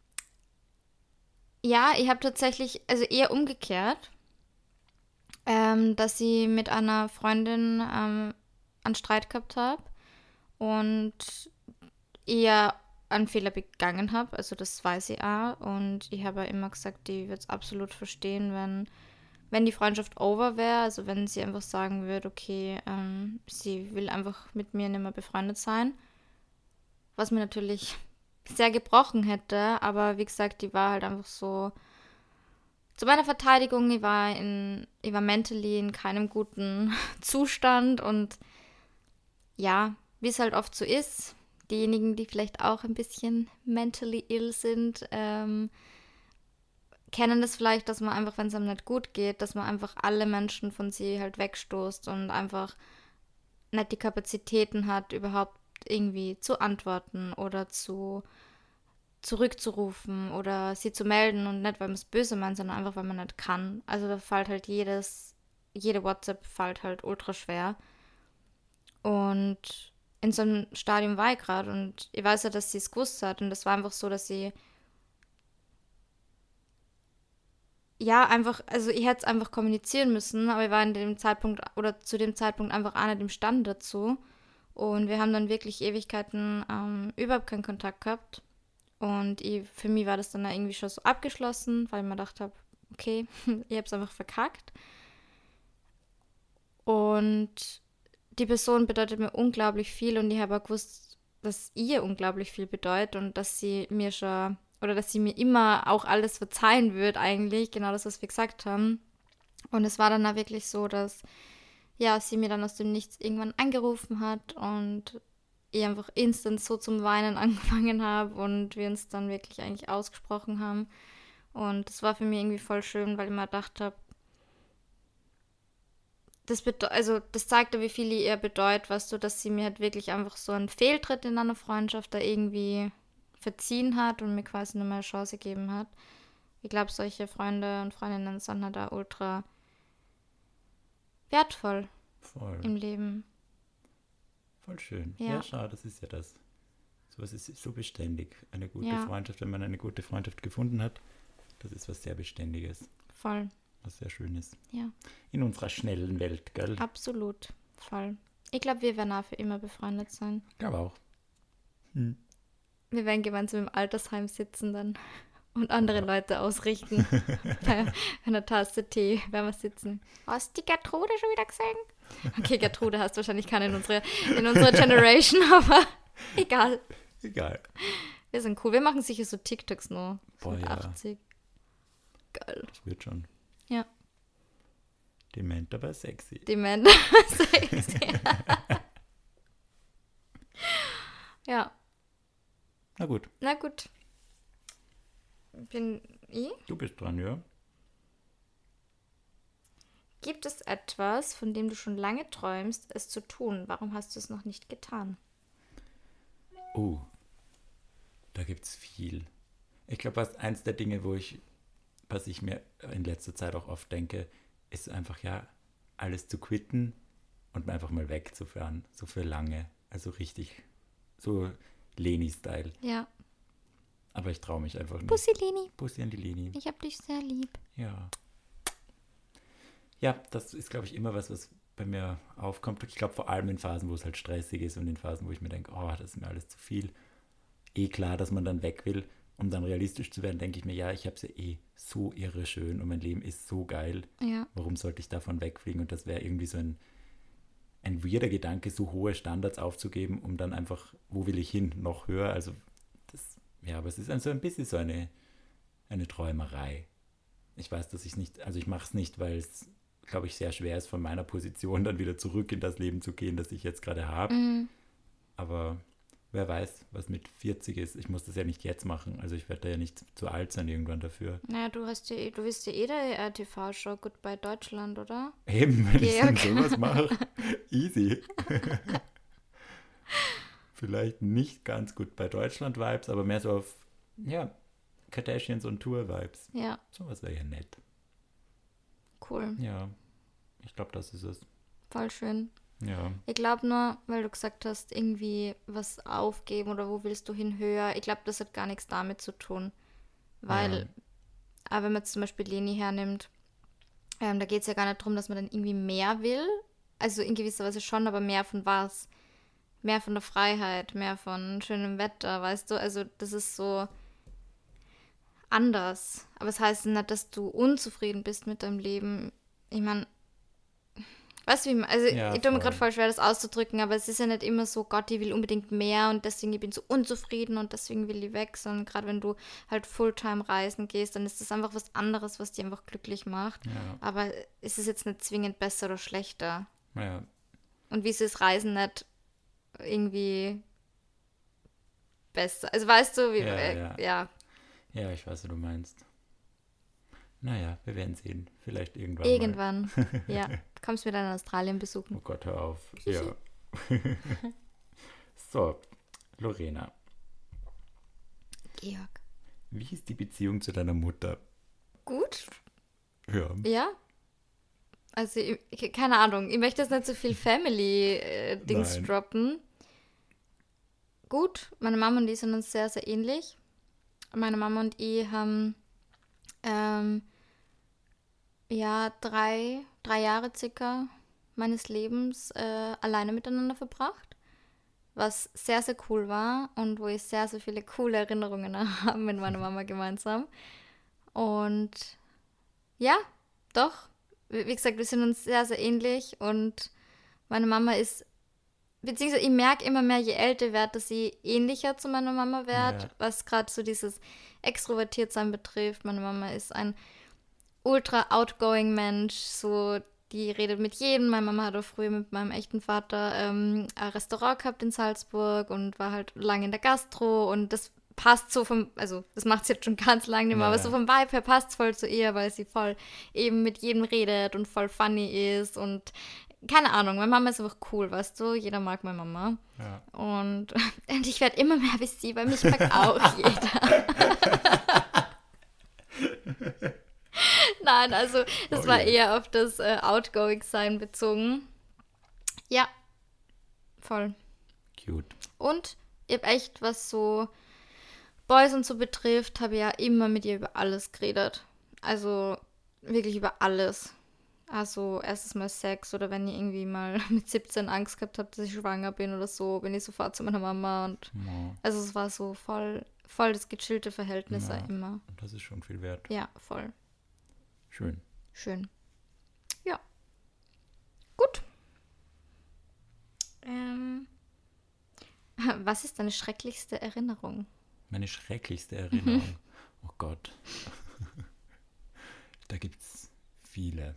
ja, ich habe tatsächlich, also eher umgekehrt, ähm, dass ich mit einer Freundin ähm, einen Streit gehabt habe und eher einen Fehler begangen habe, also das weiß ich auch. Und ich habe ja immer gesagt, die wird es absolut verstehen, wenn, wenn die Freundschaft over wäre, also wenn sie einfach sagen würde, okay, ähm, sie will einfach mit mir nicht mehr befreundet sein. Was mir natürlich sehr gebrochen hätte, aber wie gesagt, die war halt einfach so. Zu meiner Verteidigung, ich war in, ich war mentally in keinem guten Zustand und ja, wie es halt oft so ist, diejenigen, die vielleicht auch ein bisschen mentally ill sind, ähm, kennen das vielleicht, dass man einfach, wenn es einem nicht gut geht, dass man einfach alle Menschen von sie halt wegstoßt und einfach nicht die Kapazitäten hat, überhaupt irgendwie zu antworten oder zu zurückzurufen oder sie zu melden und nicht, weil man es böse meint, sondern einfach, weil man nicht kann. Also da fällt halt jedes, jede WhatsApp fällt halt ultra schwer. Und in so einem Stadium war ich gerade und ich weiß ja, dass sie es gewusst hat und das war einfach so, dass sie ja, einfach, also ich hätte es einfach kommunizieren müssen, aber ich war in dem Zeitpunkt oder zu dem Zeitpunkt einfach auch nicht imstande dazu. Und wir haben dann wirklich Ewigkeiten ähm, überhaupt keinen Kontakt gehabt. Und ich, für mich war das dann irgendwie schon so abgeschlossen, weil ich mir gedacht habe, okay, ich habe es einfach verkackt. Und die Person bedeutet mir unglaublich viel und ich habe auch gewusst, dass ihr unglaublich viel bedeutet und dass sie mir schon, oder dass sie mir immer auch alles verzeihen wird eigentlich, genau das, was wir gesagt haben. Und es war dann auch wirklich so, dass ja, sie mir dann aus dem Nichts irgendwann angerufen hat und ich einfach instant so zum Weinen angefangen habe und wir uns dann wirklich eigentlich ausgesprochen haben. Und das war für mich irgendwie voll schön, weil ich mir gedacht habe, das bede- also das zeigt ja, wie viel ihr bedeutet, weißt du, dass sie mir halt wirklich einfach so einen Fehltritt in einer Freundschaft da irgendwie verziehen hat und mir quasi nochmal eine Chance gegeben hat. Ich glaube, solche Freunde und Freundinnen sind halt da ultra wertvoll Voll. im Leben. Voll schön. Ja. Ja, schau, das ist ja das. Sowas ist so beständig. Eine gute Ja. Freundschaft, wenn man eine gute Freundschaft gefunden hat, das ist was sehr Beständiges, Voll, was sehr Schönes. ja. In unserer schnellen Welt, gell? Absolut, voll. Ich glaube, wir werden auch für immer befreundet sein. Ich glaube auch. Hm. Wir werden gemeinsam im Altersheim sitzen dann und andere Leute ausrichten. Bei einer Tasse Tee werden wir sitzen. Hast du die Gertrude schon wieder gesehen? Okay, Gertrude hast wahrscheinlich keine in unserer in unserer Generation, aber egal. Egal. Wir sind cool. Wir machen sicher so TikToks nur. Boah, ja. achtzig. Geil. Das wird schon. Ja. Dement, aber sexy. Dement, sexy. Ja. Na gut. Na gut. Bin ich? Du bist dran, ja? Gibt es etwas, von dem du schon lange träumst, es zu tun? Warum hast du es noch nicht getan? Oh, da gibt's viel. Ich glaube, was eins der Dinge, wo ich, was ich mir in letzter Zeit auch oft denke, ist einfach, ja, alles zu quitten und einfach mal wegzufahren. So für lange. Also richtig, so Leni-Style. Ja. Aber ich traue mich einfach nicht. Bussi, Leni. Bussi an die Leni. Ich hab dich sehr lieb. Ja. Ja, das ist, glaube ich, immer was, was bei mir aufkommt. Ich glaube, vor allem in Phasen, wo es halt stressig ist und in Phasen, wo ich mir denke, oh, das ist mir alles zu viel. Eh klar, dass man dann weg will. Um dann realistisch zu werden, denke ich mir, ja, ich habe es ja eh so irre schön und mein Leben ist so geil. Ja. Warum sollte ich davon wegfliegen? Und das wäre irgendwie so ein, ein weirder Gedanke, so hohe Standards aufzugeben, um dann einfach, wo will ich hin, noch höher. Also das, ja, aber es ist dann so ein bisschen so eine, eine Träumerei. Ich weiß, dass ich es nicht, also ich mache es nicht, weil es, glaube ich, sehr schwer ist, von meiner Position dann wieder zurück in das Leben zu gehen, das ich jetzt gerade habe. Mhm. Aber wer weiß, was mit vierzig ist. Ich muss das ja nicht jetzt machen. Also ich werde da ja nicht zu alt sein irgendwann dafür. Naja, du hast ja, du bist ja eh der R T V-Show Goodbye Deutschland, oder? Eben, wenn ich dann Georg. sowas mache. Easy. Vielleicht nicht ganz gut bei Deutschland-Vibes, aber mehr so auf, ja, Kardashians und Tour-Vibes. Ja, Sowas wäre ja nett. cool. Ja, ich glaube, das ist es. Voll schön. Ja. Ich glaube nur, weil du gesagt hast, irgendwie was aufgeben oder wo willst du hin höher. Ich glaube, das hat gar nichts damit zu tun. Weil, Ja. aber wenn man jetzt zum Beispiel Leni hernimmt, ähm, da geht es ja gar nicht darum, dass man dann irgendwie mehr will. Also in gewisser Weise schon, aber mehr von was? Mehr von der Freiheit, mehr von schönem Wetter, weißt du? Also das ist so anders. Aber es heißt nicht, dass du unzufrieden bist mit deinem Leben. Ich meine, weißt du, wie man, also Ja, ich tue mir voll. gerade voll schwer, das auszudrücken, aber es ist ja nicht immer so, Gott, ich will unbedingt mehr und deswegen ich bin so unzufrieden und deswegen will ich weg, sondern gerade wenn du halt Fulltime reisen gehst, dann ist das einfach was anderes, was dich einfach glücklich macht. Ja. Aber es ist jetzt nicht zwingend besser oder schlechter. Ja. Und wieso ist Reisen nicht irgendwie besser? Also weißt du, wie, Ja, äh, ja. ja. Ja, ich weiß, was du meinst. Naja, wir werden sehen. Vielleicht irgendwann. Irgendwann. Ja. Du kommst mir dann in Australien besuchen. Mal. Oh Gott, hör auf. Ja. So, Lorena, Georg. wie ist die Beziehung zu deiner Mutter? Gut. Ja. Ja. Also, ich, ich- keine Ahnung. Ich möchte jetzt nicht so viel Family-Dings Nein. droppen. Gut. Meine Mama und ich sind uns sehr, sehr ähnlich. Meine Mama und ich haben ähm, ja drei, drei Jahre circa meines Lebens äh, alleine miteinander verbracht. Was sehr, sehr cool war und wo ich sehr, sehr viele coole Erinnerungen habe mit meiner Mama gemeinsam. Und ja, doch. Wie wie gesagt, wir sind uns sehr, sehr ähnlich und meine Mama ist, beziehungsweise ich merke immer mehr, je älter ich werde, dass ich ähnlicher zu meiner Mama werde, Ja. was gerade so dieses Extrovertiertsein betrifft. Meine Mama ist ein ultra outgoing Mensch, so die redet mit jedem. Meine Mama hat auch früher mit meinem echten Vater ähm, ein Restaurant gehabt in Salzburg und war halt lange in der Gastro und das passt so vom, also das macht sie jetzt schon ganz lange nicht mehr, Ja, aber ja. so vom Vibe her passt es voll zu ihr, weil sie voll eben mit jedem redet und voll funny ist und keine Ahnung, meine Mama ist einfach cool, weißt du, jeder mag meine Mama Ja. und, und ich werde immer mehr wie sie, weil mich mag auch jeder. Nein, also das Oh war je. eher auf das äh, Outgoing-Sein bezogen. Ja, voll. Cute. Und ich habe echt, was so Boys und so betrifft, habe ich ja immer mit ihr über alles geredet. Also wirklich über alles. Also erstes Mal Sex oder wenn ich irgendwie mal mit siebzehn Angst gehabt habe, dass ich schwanger bin oder so, bin ich sofort zu meiner Mama und Ja. also es war so voll, voll das gechillte Verhältnis Ja. immer. Und das ist schon viel wert. Ja, voll. Schön. Schön. Ja. Gut. Ähm, was ist deine schrecklichste Erinnerung? Meine schrecklichste Erinnerung. Mhm. Oh Gott. Da gibt es viele.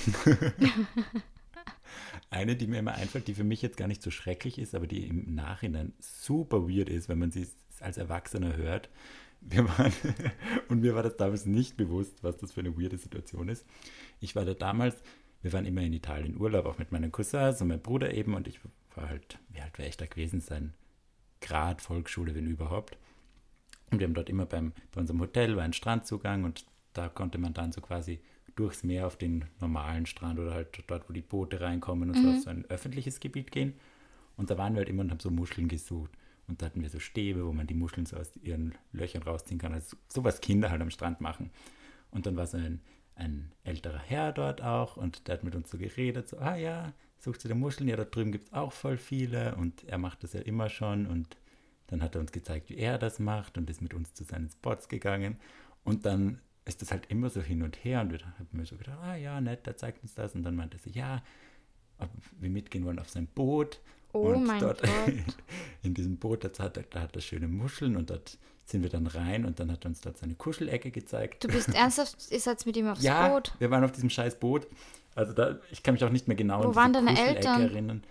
Eine, die mir immer einfällt, die für mich jetzt gar nicht so schrecklich ist, aber die im Nachhinein super weird ist, wenn man sie als Erwachsener hört. Wir waren, und mir war das damals nicht bewusst, was das für eine weirde Situation ist. Ich war da damals, wir waren immer in Italien Urlaub, auch mit meinen Cousins und meinem Bruder eben, und ich war halt, wie alt wäre ich da gewesen sein? Grad Volksschule, wenn überhaupt. Und wir haben dort immer beim, bei unserem Hotel war ein Strandzugang und da konnte man dann so quasi durchs Meer auf den normalen Strand oder halt dort, wo die Boote reinkommen und mhm. so auf so ein öffentliches Gebiet gehen. Und da waren wir halt immer und haben so Muscheln gesucht. Und da hatten wir so Stäbe, wo man die Muscheln so aus ihren Löchern rausziehen kann. Also so was Kinder halt am Strand machen. Und dann war so ein, ein älterer Herr dort auch und der hat mit uns so geredet, so, ah ja, suchst du die Muscheln? Ja, da drüben gibt es auch voll viele und er macht das ja immer schon und dann hat er uns gezeigt, wie er das macht und ist mit uns zu seinen Spots gegangen und dann ist das halt immer so hin und her und wir haben mir so gedacht, ah ja, nett, der zeigt uns das und dann meinte er so, ja, ob wir mitgehen wollen auf sein Boot. Oh und mein dort Gott. In diesem Boot, da hat, da hat er schöne Muscheln und dort sind wir dann rein und dann hat er uns dort seine Kuschelecke gezeigt. Du bist ernsthaft, ihr seid mit ihm aufs ja, Boot? Ja, wir waren auf diesem scheiß Boot. Also da, ich kann mich auch nicht mehr genau Wo an waren diese deine Kuschelecke Eltern? erinnern.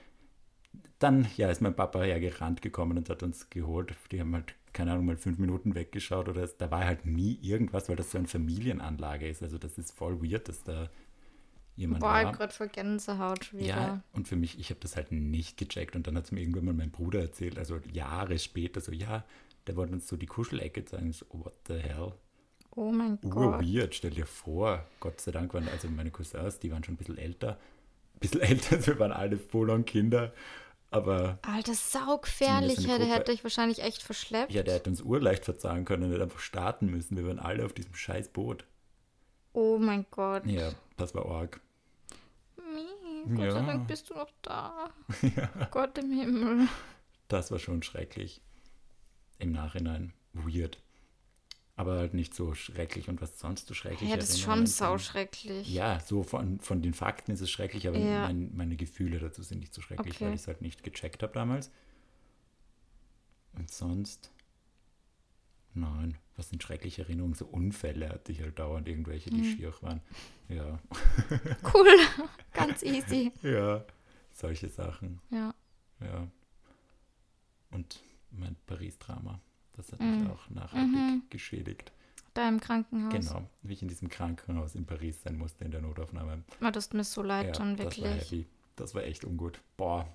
Dann, ja, ist mein Papa ja gerannt gekommen und hat uns geholt. Die haben halt, keine Ahnung, mal fünf Minuten weggeschaut oder da war halt nie irgendwas, weil das so eine Familienanlage ist. Also das ist voll weird, dass da jemand Boah, war. ich hab gerade voll Gänsehaut wieder. Ja, und für mich, ich habe das halt nicht gecheckt und dann hat es mir irgendwann mal mein Bruder erzählt, also Jahre später, so, ja, der wollte uns so die Kuschelecke zeigen. So, what the hell? Oh mein Ur Gott. weird, stell dir vor. Gott sei Dank waren, also meine Cousins, die waren schon ein bisschen älter. Ein bisschen älter, wir waren alle voll on Kinder. Aber Alter, saugefährlich. zumindest eine Der Gruppe- hätte euch wahrscheinlich echt verschleppt. ja, der hätte uns urleicht verzahlen können, der hätte einfach starten müssen. Wir waren alle auf diesem scheiß Boot. Oh mein Gott. Ja, das war arg. Mi, Gott Ja. sei Dank bist du noch da. Ja, Gott im Himmel. das war schon schrecklich. Im Nachhinein weird. Aber halt nicht so schrecklich. Und was sonst so schrecklich Ja, das ist schon Erinnerungen sind. sauschrecklich. Ja, so von, von den Fakten ist es schrecklich, aber Ja. mein, meine Gefühle dazu sind nicht so schrecklich, Okay. weil ich es halt nicht gecheckt habe damals. Und sonst? Nein. Was sind schreckliche Erinnerungen? So Unfälle hatte ich halt dauernd, irgendwelche, die Hm. schier waren. Ja. Cool. Ganz easy. Ja, solche Sachen. Ja. Ja. Und mein Paris-Drama, das hat mich Mhm. auch nachhaltig Mhm. geschädigt. Da im Krankenhaus. Genau, wie ich in diesem Krankenhaus in Paris sein musste in der Notaufnahme. Oh, das tut mir so leid, Ja, dann das war wirklich. heavy. Das war echt ungut. Boah,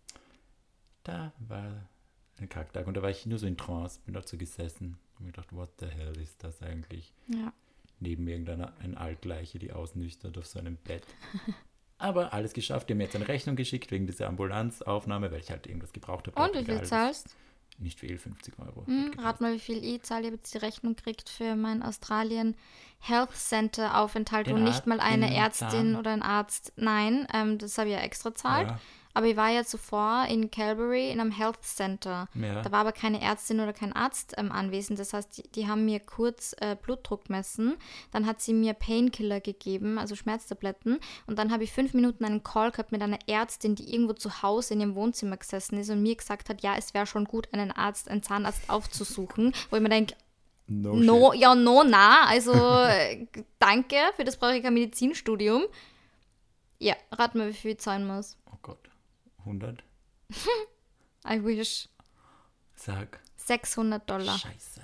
da war ein Kacktag und da war ich nur so in Trance, bin dort so gesessen und mir gedacht, what the hell ist das eigentlich? Ja. Neben irgendeiner ein Altleiche, die ausnüchtert auf so einem Bett. Aber alles geschafft. Die haben mir jetzt eine Rechnung geschickt wegen dieser Ambulanzaufnahme, weil ich halt irgendwas gebraucht habe. Und Auch wie viel egal, zahlst? Nicht viel, fünfzig Euro. Hm, Hat gepasst. rat mal, wie viel ich zahle. Ich habe jetzt die Rechnung gekriegt für meinen Australien Health Center Aufenthalt, Den wo nicht mal eine Arzt, den Ärztin Zahn. oder ein Arzt, nein, ähm, das habe ich ja extra zahlt. Ja, Aber ich war ja zuvor in Calgary in einem Health Center. ja. Da war aber keine Ärztin oder kein Arzt ähm, anwesend. Das heißt, die, die haben mir kurz äh, Blutdruck gemessen. Dann hat sie mir Painkiller gegeben, also Schmerztabletten. Und dann habe ich fünf Minuten einen Call gehabt mit einer Ärztin, die irgendwo zu Hause in ihrem Wohnzimmer gesessen ist und mir gesagt hat, ja, es wäre schon gut, einen Arzt, einen Zahnarzt aufzusuchen. Wo ich mir denke, No, no, shit. ja, no, na. Also äh, danke, für das brauche ich kein Medizinstudium. Ja, rat mal, wie viel ich zahlen muss. Oh Gott. hundert? I wish. Sag. sechshundert Dollar. Scheiße.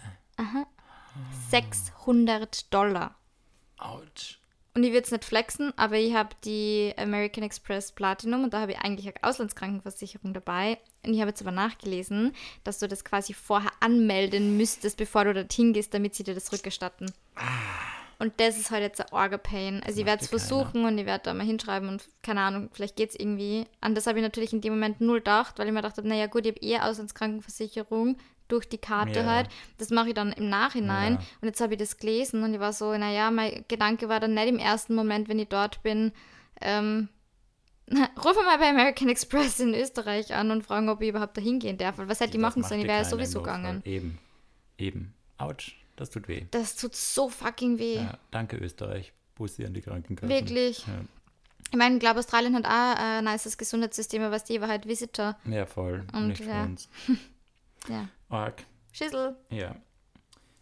sechshundert Dollar. Autsch. Und ich will jetzt nicht flexen, aber ich habe die American Express Platinum und da habe ich eigentlich eine Auslandskrankenversicherung dabei. Und ich habe jetzt aber nachgelesen, dass du das quasi vorher anmelden müsstest, bevor du dorthin gehst, damit sie dir das rückerstatten. Und das ist halt jetzt ein Orga-Pain. Also ich werde es macht ja versuchen und ich werde da mal hinschreiben und keine Ahnung, vielleicht geht es irgendwie. An das habe ich natürlich in dem Moment null gedacht, weil ich mir dachte, naja gut, ich habe eh Auslandskrankenversicherung durch die Karte Ja. halt. Das mache ich dann im Nachhinein. Ja. Und jetzt habe ich das gelesen und ich war so, naja, mein Gedanke war dann nicht im ersten Moment, wenn ich dort bin, ähm, rufe mal bei American Express in Österreich an und fragen, ob ich überhaupt da hingehen darf. Weil was hätte ich Das machen macht sollen? Ich dir wäre ja keiner im sowieso Notfall. gegangen. Eben. Eben. Autsch. Das tut weh. Das tut so fucking weh. Ja, danke Österreich. Bussi an die Krankenkassen. Wirklich. Ja, Ich meine, ich glaube, Australien hat auch ein nices Gesundheitssystem, aber die war halt Visitor. ja voll. Und Nicht für ja. uns. Ja. Arg. Schissel. Ja.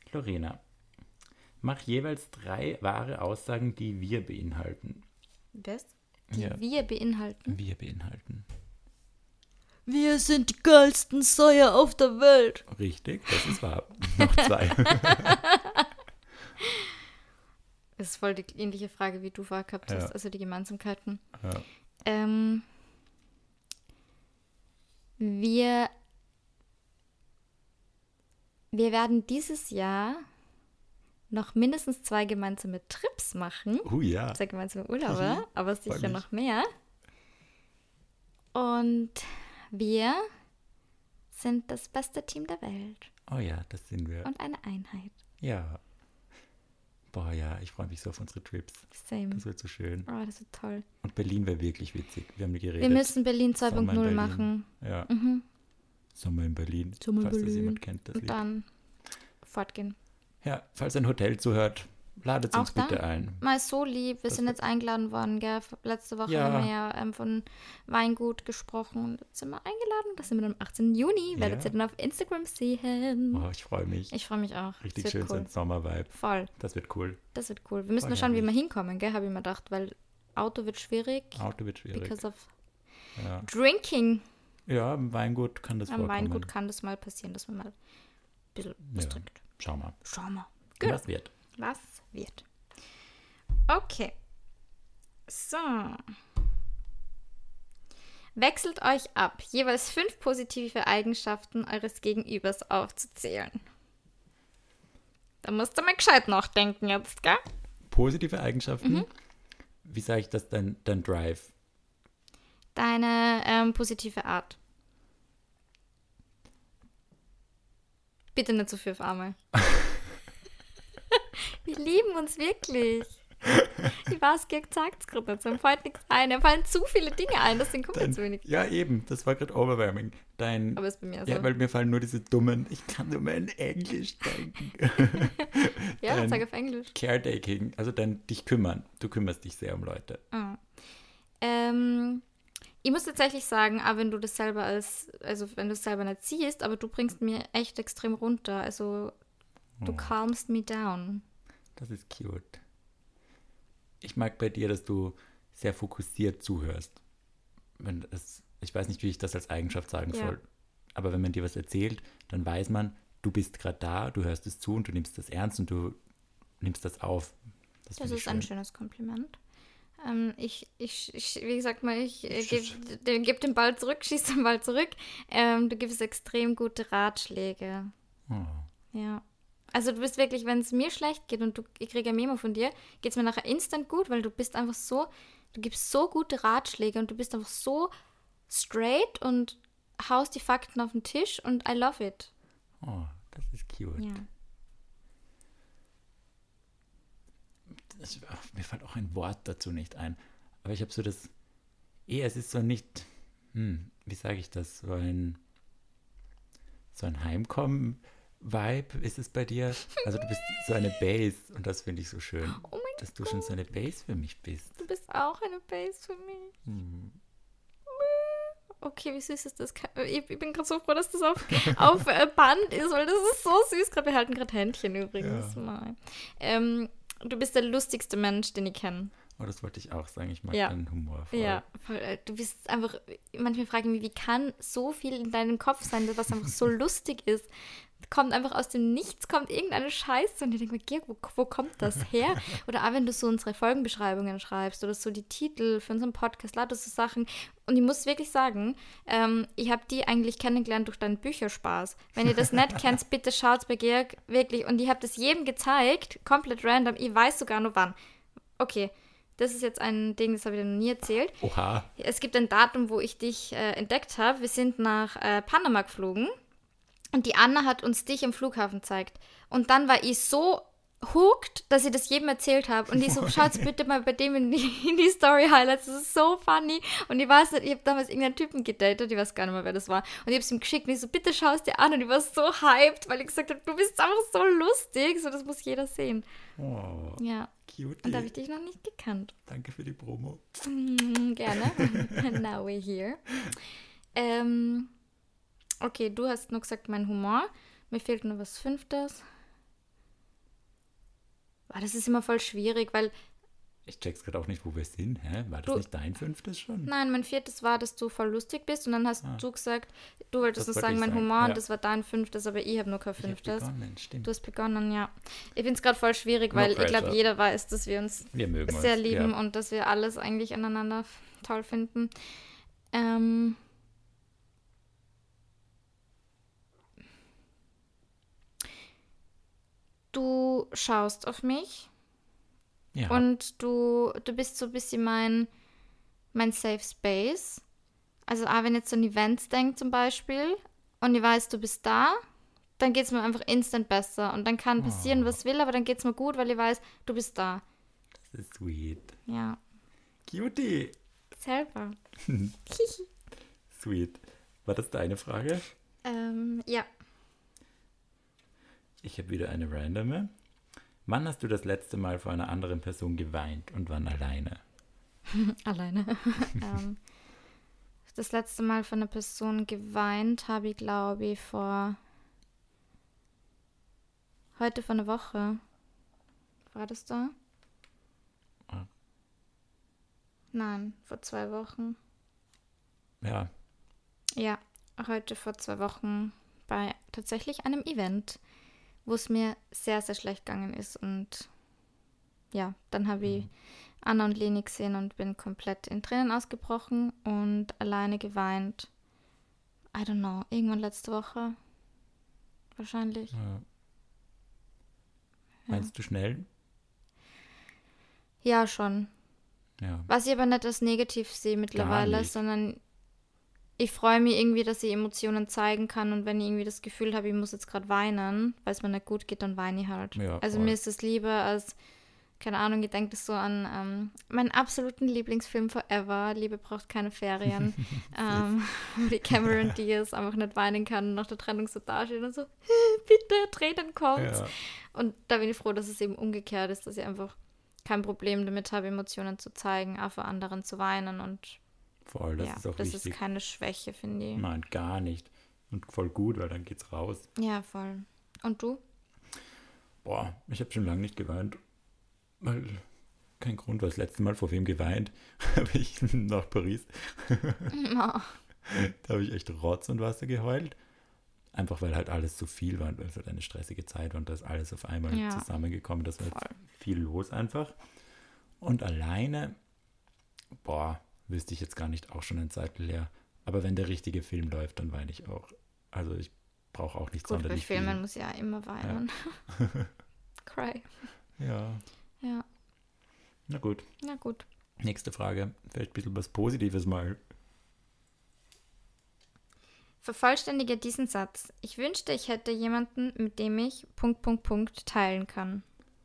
Lorena, mach jeweils drei wahre Aussagen, die wir beinhalten. Was? Die Ja. wir beinhalten? Wir beinhalten. Wir sind die geilsten Säuer auf der Welt. Richtig, das ist wahr. Noch zwei. Das ist voll die ähnliche Frage, wie du vorher gehabt hast, Ja. also die Gemeinsamkeiten. Ja. Ähm, wir, wir werden dieses Jahr noch mindestens zwei gemeinsame Trips machen. Oh ja. Zwei gemeinsame Urlaube, Mhm. aber Freu sicher mich. noch mehr. Und wir sind das beste Team der Welt Oh ja, das sind wir. und eine Einheit. Ja. Boah, ja, ich freue mich so auf unsere Trips. Same. Das wird so schön. Oh, das wird toll. Und Berlin wäre wirklich witzig. Wir haben geredet. Wir müssen Berlin Sommer in zwei Punkt null Berlin. machen. Ja. Mhm. Sommer in Berlin. Sommer in falls das Berlin. jemand kennt, das Und Lied. dann fortgehen. Ja, falls ein Hotel zuhört, ladet uns Auch da? bitte ein. Mal so lieb, wir Das sind wär- jetzt eingeladen worden, gell? Letzte Woche Ja. haben wir ja ähm, von Weingut gesprochen und jetzt sind wir eingeladen. Das sind wir dann am achtzehnten Juni. Ja. Werdet ihr dann auf Instagram sehen. Oh, ich freue mich. Ich freue mich auch. Richtig das schön, wird so cool. ein Sommervibe. Voll, Das wird cool. das wird cool. Wir müssen Voll nur schauen, wie wir herrlich. hinkommen, gell? Habe ich mir gedacht, weil Auto wird schwierig. Auto wird schwierig. Because of Ja. drinking. ja, im Weingut kann das Am vorkommen. Weingut kann das mal passieren, dass man mal ein bisschen was Ja. trinkt. Schau mal, Schauen wir. Gut. was wird. Was wird? Okay. So. Wechselt euch ab, jeweils fünf positive Eigenschaften eures Gegenübers aufzuzählen. Da musst du mal gescheit nachdenken jetzt, gell? Positive Eigenschaften. Mhm. Wie sage ich das, dein, dein Drive? Deine ähm, positive Art. Bitte nicht so viel auf einmal. Wir lieben uns wirklich. Ich weiß, Georg sagt es gerade nicht. So, mir fällt nichts ein. Mir fallen zu viele Dinge ein, deswegen kommt Dein, jetzt wenig. ja, eben, das war gerade overwhelming. Dein, Aber ist bei mir so. ja, weil mir fallen nur diese dummen, ich kann nur mehr in Englisch denken. Ja, dein sag auf Englisch. Caretaking, also dein dich kümmern. Du kümmerst dich sehr um Leute. Ah. Ähm, ich muss tatsächlich sagen, auch wenn du das selber als, also wenn du es selber nicht siehst, aber du bringst mir echt extrem runter. Also du Oh. calmst me down. Das ist cute. Ich mag bei dir, dass du sehr fokussiert zuhörst. Wenn es, ich weiß nicht, wie ich das als Eigenschaft sagen Ja. soll. Aber wenn man dir was erzählt, dann weiß man, du bist gerade da, du hörst es zu und du nimmst das ernst und du nimmst das auf. Das, Das finde ist ich ein schön. schönes Kompliment. Ähm, ich, ich, ich, wie gesagt mal, ich äh, Sch- gebe den, geb den Ball zurück, schieß den Ball zurück. Ähm, du gibst extrem gute Ratschläge. Oh. Ja. Also du bist wirklich, wenn es mir schlecht geht und du, ich kriege ein Memo von dir, geht es mir nachher instant gut, weil du bist einfach so, du gibst so gute Ratschläge und du bist einfach so straight und haust die Fakten auf den Tisch und I love it. Oh, das ist cute. Ja. Das, ach, mir fällt auch ein Wort dazu nicht ein. Aber ich habe so das, eh, es ist so nicht, hm, wie sage ich das, so ein, so ein Heimkommen-Vibe ist es bei dir. Also du bist so eine Base und das finde ich so schön, Oh mein dass du schon so eine Base für mich bist. Du bist auch eine Base für mich. Hm. Okay, wie süß ist das? Ich, ich bin gerade so froh, dass das auf, auf äh, Band ist, weil das ist so süß. Gerade wir halten gerade Händchen übrigens Ja. mal. Ähm, du bist der lustigste Mensch, den ich kenne. Oh, das wollte ich auch sagen. Ich mag Ja. deinen Humor voll. Ja, voll, äh, du bist einfach, manchmal frage ich mich, wie kann so viel in deinem Kopf sein, was einfach so lustig ist? Kommt einfach aus dem Nichts, kommt irgendeine Scheiße und ich denke mir, Georg, wo, wo kommt das her? Oder auch wenn du so unsere Folgenbeschreibungen schreibst oder so die Titel für unseren Podcast, lauter so Sachen. Und ich muss wirklich sagen, ähm, ich habe die eigentlich kennengelernt durch deinen Bücherspaß. Wenn ihr das nicht kennt, bitte schaut's bei Georg, wirklich. Und ich habe das jedem gezeigt, komplett random, ich weiß sogar noch wann. Okay, das ist jetzt ein Ding, das habe ich dir noch nie erzählt. Oha. Es gibt ein Datum, wo ich dich äh, entdeckt habe. Wir sind nach äh, Panama geflogen und die Anna hat uns dich am Flughafen gezeigt. Und dann war ich so hooked, dass ich das jedem erzählt habe. Und ich so, schaut's bitte mal bei dem in die, in die Story-Highlights. Das ist so funny. Und ich weiß nicht, ich habe damals irgendeinen Typen gedatet, ich weiß gar nicht mehr, wer das war. Und ich habe es ihm geschickt und ich so, bitte schau es dir an. Und ich war so hyped, weil ich gesagt habe, du bist einfach so lustig. So, das muss jeder sehen. Oh, Ja, cute. und da habe ich dich noch nicht gekannt. Danke für die Promo. Mm, gerne. Now we're here. Ähm, okay, du hast nur gesagt, mein Humor. Mir fehlt nur was Fünftes. Boah, das ist immer voll schwierig, weil Ich check's gerade auch nicht, wo wir sind. Hä? War das du, nicht dein fünftes schon? nein, mein viertes war, dass du voll lustig bist und dann hast Ah, du gesagt, du wolltest das nur wollte sagen, ich mein sagen. Humor und Ja, das war dein fünftes, aber ich habe nur kein ich habe fünftes. begonnen, Du stimmt. hast begonnen, ja. Ich finde es gerade voll schwierig, No weil ich glaube, pressure. jeder weiß, dass wir uns Wir mögen sehr uns. lieben Ja. und dass wir alles eigentlich aneinander toll finden. Ähm, du schaust auf mich Ja. und du, du bist so ein bisschen mein, mein Safe Space. Also auch wenn ich jetzt an Events denke zum Beispiel und ich weiß, du bist da, dann geht es mir einfach instant besser. Und dann kann passieren, Oh, was will, aber dann geht es mir gut, weil ich weiß, du bist da. das ist sweet. Ja, Cutie. selber. Sweet. War das deine Frage? Ähm, ja. Ich habe wieder eine randome. Wann hast du das letzte Mal vor einer anderen Person geweint und wann alleine? Alleine. ähm, das letzte Mal von einer Person geweint habe ich, glaube ich, vor heute vor einer Woche. War das da? Ah. Nein, vor zwei Wochen. Ja, Ja, heute vor zwei Wochen bei tatsächlich einem Event, wo es mir sehr, sehr schlecht gegangen ist. Und ja, dann habe ich Anna und Leni gesehen und bin komplett in Tränen ausgebrochen und alleine geweint. I don't know, irgendwann letzte Woche. Wahrscheinlich. ja. Ja, Meinst du schnell? ja schon. Ja. Was ich aber nicht als negativ sehe mittlerweile, nicht. sondern ich freue mich irgendwie, dass ich Emotionen zeigen kann und wenn ich irgendwie das Gefühl habe, ich muss jetzt gerade weinen, weil es mir nicht gut geht, dann weine ich halt. Ja, also voll. mir ist es lieber als, keine Ahnung, ich denke das so an ähm, meinen absoluten Lieblingsfilm Forever, Liebe braucht keine Ferien, ähm, wo die Cameron Diaz einfach nicht weinen kann und nach der Trennung so dasteht und so, bitte, Tränen kommt. Ja. Und da bin ich froh, dass es eben umgekehrt ist, dass ich einfach kein Problem damit habe, Emotionen zu zeigen, auch vor anderen zu weinen und Voll, das ja, ist auch das wichtig. ist keine Schwäche, finde ich. Nein, gar nicht. Und voll gut, weil dann geht's raus. Ja, voll. Und du? Boah, ich habe schon lange nicht geweint. Weil, kein Grund, weil das letzte Mal vor wem geweint habe ich nach Paris. Oh, Da habe ich echt Rotz und Wasser geheult. Einfach weil halt alles zu viel war und weil es halt eine stressige Zeit war und da ist alles auf einmal Ja. zusammengekommen. Das war voll. jetzt viel los einfach. Und alleine, boah, wüsste ich jetzt gar nicht, auch schon ein Zeitl her. Aber wenn der richtige Film läuft, dann weine ich auch. Also ich brauche auch nicht Gut, bei sonderlich Filmen viel. muss ich ja immer weinen. Cry. Ja, Ja, na gut. na gut. Nächste Frage. Vielleicht ein bisschen was Positives mal. Vervollständige diesen Satz. Ich wünschte, ich hätte jemanden, mit dem ich Punkt, Punkt, Punkt teilen kann.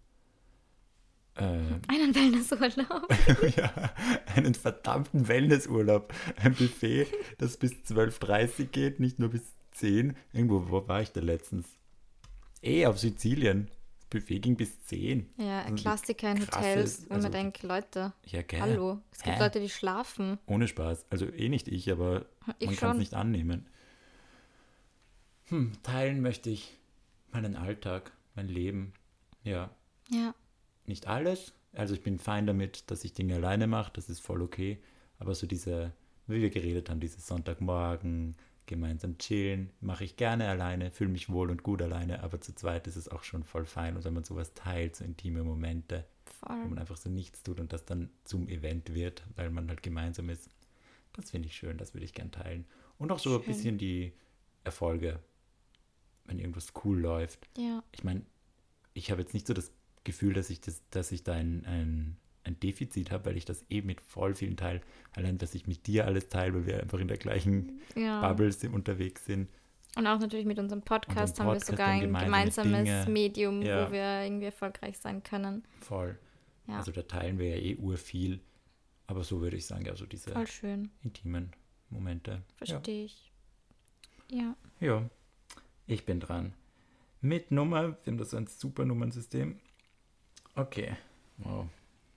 Äh, Einen Wellnessurlaub. ja, einen verdammten Wellnessurlaub. Ein Buffet, das bis zwölf Uhr dreißig geht, nicht nur bis zehn. Irgendwo, wo war ich da letztens? Eh, auf Sizilien. Das Buffet ging bis zehn. Ja, ein Also Klassiker in krasses- Hotels, wo also- man denkt, Leute, Ja, gell. hallo, es gibt Hä? Leute, die schlafen. Ohne Spaß. Also eh nicht ich, aber Ich man kann es schon. nicht annehmen. Hm, teilen möchte ich meinen Alltag, mein Leben. Ja, Ja, nicht alles. Also ich bin fein damit, dass ich Dinge alleine mache, das ist voll okay. Aber so diese, wie wir geredet haben, dieses Sonntagmorgen, gemeinsam chillen, mache ich gerne alleine, fühle mich wohl und gut alleine, aber zu zweit ist es auch schon voll fein. Und wenn man sowas teilt, so intime Momente, wo voll. man einfach so nichts tut und das dann zum Event wird, weil man halt gemeinsam ist, das finde ich schön, das würde ich gern teilen. Und auch so ein Schön. bisschen die Erfolge, wenn irgendwas cool läuft. Ja, Ich meine, ich habe jetzt nicht so das Gefühl, dass ich, das, dass ich da ein, ein, ein Defizit habe, weil ich das eben mit voll vielen teile. Allein, dass ich mit dir alles teile, weil wir einfach in der gleichen ja. Bubble sind, unterwegs sind. Und auch natürlich mit unserem Podcast Unserem haben Podcast, wir sogar dann ein gemeinsame gemeinsames Dinge. Medium, Ja. wo wir irgendwie erfolgreich sein können. Voll. Ja, Also da teilen wir ja eh urviel. Aber so würde ich sagen, also diese voll schön. intimen Momente. Verstehe ich. Ja. Ja. ja, ich bin dran. Mit Nummer, wir haben das so ein super Nummernsystem. Okay, wow.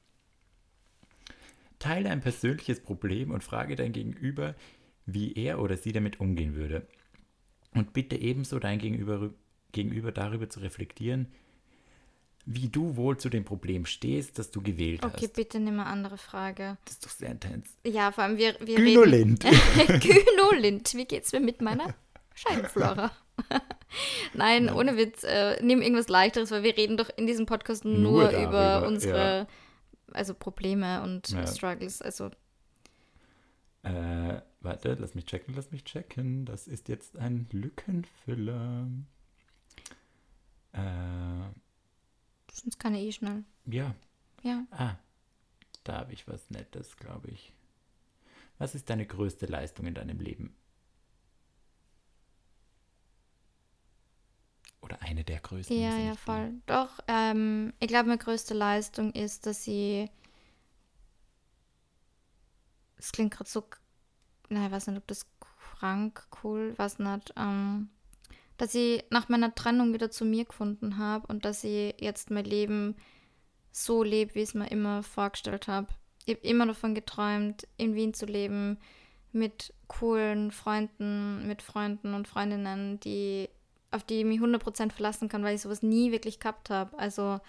Teile ein persönliches Problem und frage dein Gegenüber, wie er oder sie damit umgehen würde. Und bitte ebenso dein Gegenüber, Gegenüber darüber zu reflektieren, wie du wohl zu dem Problem stehst, das du gewählt Okay, hast. bitte nimm eine andere Frage. Das ist doch sehr intens. Ja, vor allem wir, wir Gynolint. reden... Gynolint. Wie geht's mir mit meiner Scheidenflora? Nein, Nein. ohne Witz. Äh, nimm irgendwas Leichteres, weil wir reden doch in diesem Podcast nur, Nur über darüber, unsere also Probleme und Ja. Struggles. Also Äh, warte, lass mich checken, lass mich checken. Das ist jetzt ein Lückenfüller. Äh, sonst kann ich eh schnell. ja. Ja. Ah, da habe ich was Nettes, glaube ich. Was ist deine größte Leistung in deinem Leben? Oder eine der größten? Ja, muss ja, nicht voll. Doch, ähm, ich glaube, meine größte Leistung ist, dass ich. Es klingt gerade so. Nein, ich weiß nicht, ob das krank, cool, weiß nicht. Ähm, dass ich nach meiner Trennung wieder zu mir gefunden habe und dass ich jetzt mein Leben so lebe, wie ich es mir immer vorgestellt habe. Ich habe immer davon geträumt, in Wien zu leben, mit coolen Freunden, mit Freunden und Freundinnen, die, auf die ich mich hundert Prozent verlassen kann, weil ich sowas nie wirklich gehabt habe. Also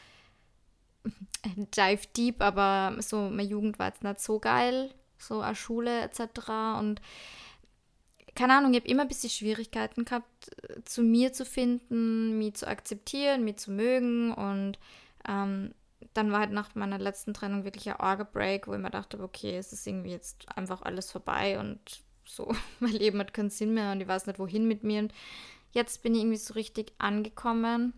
dive deep, aber so meine Jugend war jetzt nicht so geil, so eine Schule et cetera. Und keine Ahnung, ich habe immer ein bisschen Schwierigkeiten gehabt, zu mir zu finden, mich zu akzeptieren, mich zu mögen. Und ähm, dann war halt nach meiner letzten Trennung wirklich ein Orga-Break, wo ich mir dachte, okay, es ist irgendwie jetzt einfach alles vorbei und so, mein Leben hat keinen Sinn mehr und ich weiß nicht, wohin mit mir. Und jetzt bin ich irgendwie so richtig angekommen.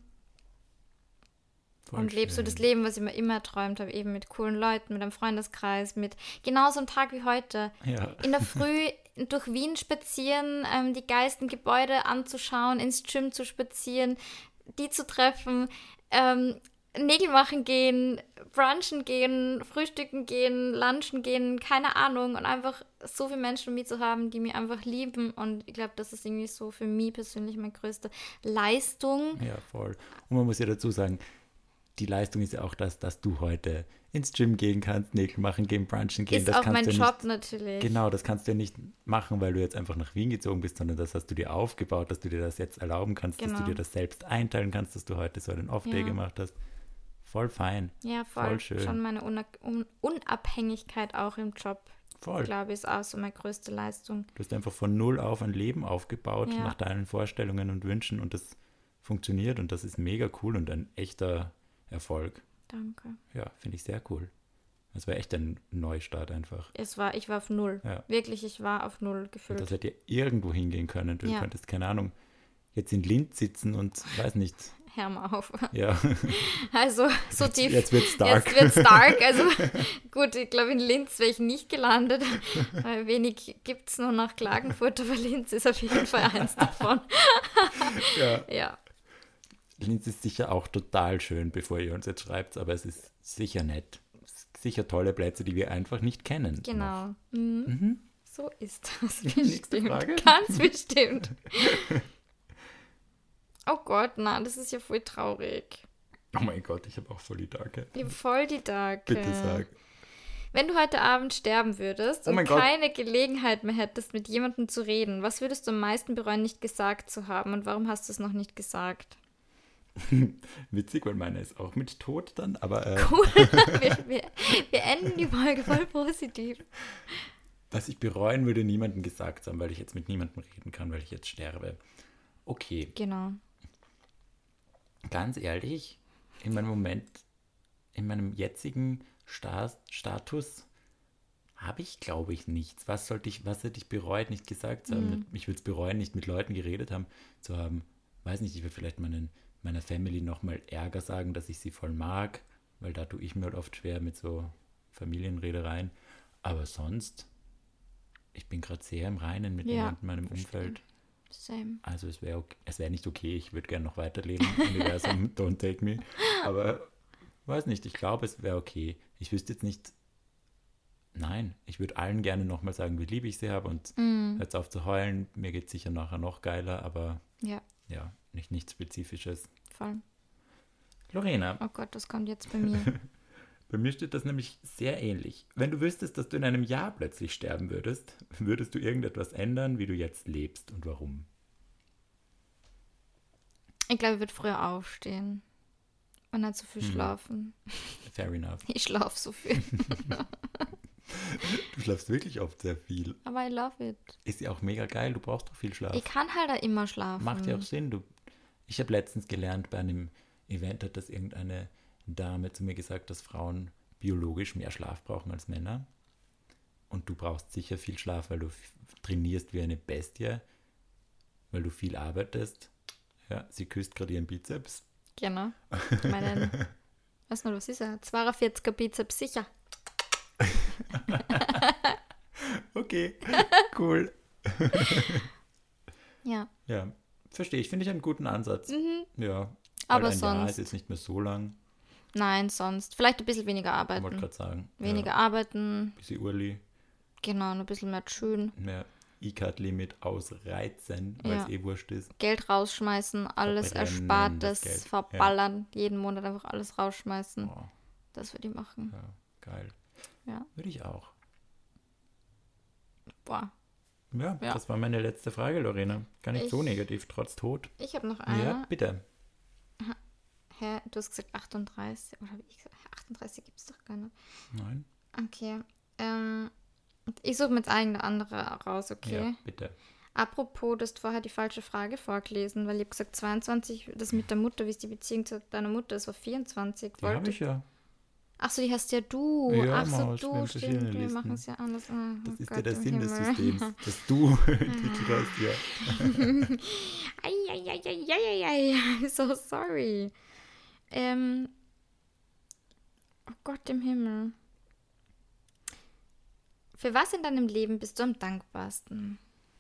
Voll und lebe so schön. das Leben, was ich mir immer erträumt habe, eben mit coolen Leuten, mit einem Freundeskreis, mit genau so einem Tag wie heute. Ja. In der Früh durch Wien spazieren, ähm, die geilsten Gebäude anzuschauen, ins Gym zu spazieren, die zu treffen, ähm, Nägel machen gehen, brunchen gehen, frühstücken gehen, lunchen gehen, keine Ahnung. Und einfach so viele Menschen um mich zu haben, die mich einfach lieben. Und ich glaube, das ist irgendwie so für mich persönlich meine größte Leistung. Ja, voll. Und man muss ja dazu sagen, die Leistung ist ja auch das, dass du heute ins Gym gehen kannst, Nägel machen gehen, brunchen gehen. Ist das auch kannst mein du ja Job nicht, natürlich. Genau, das kannst du ja nicht machen, weil du jetzt einfach nach Wien gezogen bist, sondern das hast du dir aufgebaut, dass du dir das jetzt erlauben kannst, Genau. dass du dir das selbst einteilen kannst, dass du heute so einen Off-Day Ja. gemacht hast. Voll fein. Ja, voll. Voll schön. Schon meine Una- Un- Unabhängigkeit auch im Job, Voll. glaube ich, ist auch so meine größte Leistung. Du hast einfach von null auf ein Leben aufgebaut, Ja. nach deinen Vorstellungen und Wünschen und das funktioniert und das ist mega cool und ein echter Erfolg. Danke. Ja, finde ich sehr cool. Das war echt ein Neustart einfach. Es war, ich war auf Null. Ja. Wirklich, ich war auf Null Und gefühlt. das hätte ja irgendwo hingehen können. Du Ja. könntest, keine Ahnung, jetzt in Linz sitzen und weiß nicht. Hör mal auf. Ja, Also, so tief. jetzt wird's dark. Jetzt wird's dark. Also, gut, ich glaube, in Linz wäre ich nicht gelandet. Weil wenig gibt es nur nach Klagenfurt, aber Linz ist auf jeden Fall eins davon. ja. Ja. Linz ist sicher auch total schön, bevor ihr uns jetzt schreibt, aber es ist sicher nett. Es sind sicher tolle Plätze, die wir einfach nicht kennen. noch. Genau. Mhm. Mhm. So ist das Nächste bestimmt. Frage. Ganz bestimmt. Oh Gott, nein, das ist ja voll traurig. Oh mein Gott, ich habe auch voll die Danke. Ich hab voll die Tage. Bitte sag. Wenn du heute Abend sterben würdest Oh und mein Gott. keine Gelegenheit mehr hättest, mit jemandem zu reden, was würdest du am meisten bereuen, nicht gesagt zu haben? Und warum hast du es noch nicht gesagt? Witzig, weil meine ist auch mit Tod dann, aber äh, Cool. wir, wir, wir enden die Folge voll positiv. was ich bereuen würde, niemandem gesagt zu haben, weil ich jetzt mit niemandem reden kann, weil ich jetzt sterbe. Okay, Genau. ganz ehrlich, in meinem Moment, in meinem jetzigen Sta- Status habe ich, glaube ich, nichts. Was sollte ich, was hätte ich bereut, nicht gesagt zu haben? Mhm. Ich würde es bereuen, nicht mit Leuten geredet haben, zu haben. Weiß nicht, ich würde vielleicht meinen, meiner Family nochmal Ärger sagen, dass ich sie voll mag, weil da tue ich mir halt oft schwer mit so Familienredereien. Aber sonst, ich bin gerade sehr im Reinen mit Ja, jemandem in meinem verstehe. Umfeld. Same. Also es wäre okay, es wär nicht okay, ich würde gerne noch weiterleben im Universum, don't take me. Aber weiß nicht, ich glaube, es wäre okay. Ich wüsste jetzt nicht, nein, ich würde allen gerne nochmal sagen, wie lieb ich sie habe und Mhm. hört auf zu heulen. Mir geht es sicher nachher noch geiler, aber Ja, ja, nicht nichts Spezifisches. voll. Lorena, Oh Gott, was kommt jetzt bei mir? bei mir steht das nämlich sehr ähnlich. Wenn du wüsstest, dass du in einem Jahr plötzlich sterben würdest, würdest du irgendetwas ändern, wie du jetzt lebst und warum? Ich glaube, ich würde früher aufstehen. Und nicht so viel Mhm. schlafen. Fair enough. Ich schlafe so viel. Du schlafst wirklich oft sehr viel. Aber I love it. Ist ja auch mega geil, du brauchst doch viel Schlaf. Ich kann halt auch immer schlafen. Macht ja auch Sinn. Du, ich habe letztens gelernt, bei einem Event hat das irgendeine Dame zu mir gesagt, dass Frauen biologisch mehr Schlaf brauchen als Männer. Und du brauchst sicher viel Schlaf, weil du f- trainierst wie eine Bestie, weil du viel arbeitest. Ja, sie küsst gerade ihren Bizeps. Genau. Meinen, weiß nicht, was ist er? zweiundvierziger Bizeps sicher. Okay, cool. Ja. Ja, verstehe ich. Finde ich einen guten Ansatz. Mhm. Ja, Aber weil ein Jahr sonst- ist jetzt nicht mehr so lang. Nein, sonst. Vielleicht ein bisschen weniger Ich wollte arbeiten. gerade sagen. Weniger Ja, arbeiten. bisschen Urli, Genau, ein bisschen mehr chillen. mehr E-Card-Limit ausreizen, weil es Ja. eh wurscht ist. Geld rausschmeißen, alles Verbrennen, Erspartes das Geld. verballern. Jeden Monat einfach alles rausschmeißen. Oh, Das würde ich machen. ja, geil. Ja. Würde ich auch. Boah. Ja, Ja. das war meine letzte Frage, Lorena. Gar nicht so Ich- negativ, trotz Tod. Ich habe noch eine. Ja, bitte. Hä, du hast gesagt achtunddreißig. Oder habe ich gesagt? achtunddreißig gibt es doch gar nicht. Nein? Okay. Ähm, ich suche mir jetzt eine andere raus, okay? Ja, bitte. Apropos, du hast vorher die falsche Frage vorgelesen, weil ich habe gesagt zweiundzwanzig, das mit der Mutter, wie ist die Beziehung zu deiner Mutter? Das war vierundzwanzig. Die habe Wollte- ich ja. Ach so, die hast ja du. Ja, Ach so, Maus, wir du, haben stimmt. verschiedene Wir Listen. machen es ja anders. Ah, Das oh ist ja Gott der im Sinn des Himmel. Systems, dass du Titel hast, ja. Eieieiei, so sorry. Ähm, oh Gott im Himmel. Für was in deinem Leben bist du am dankbarsten?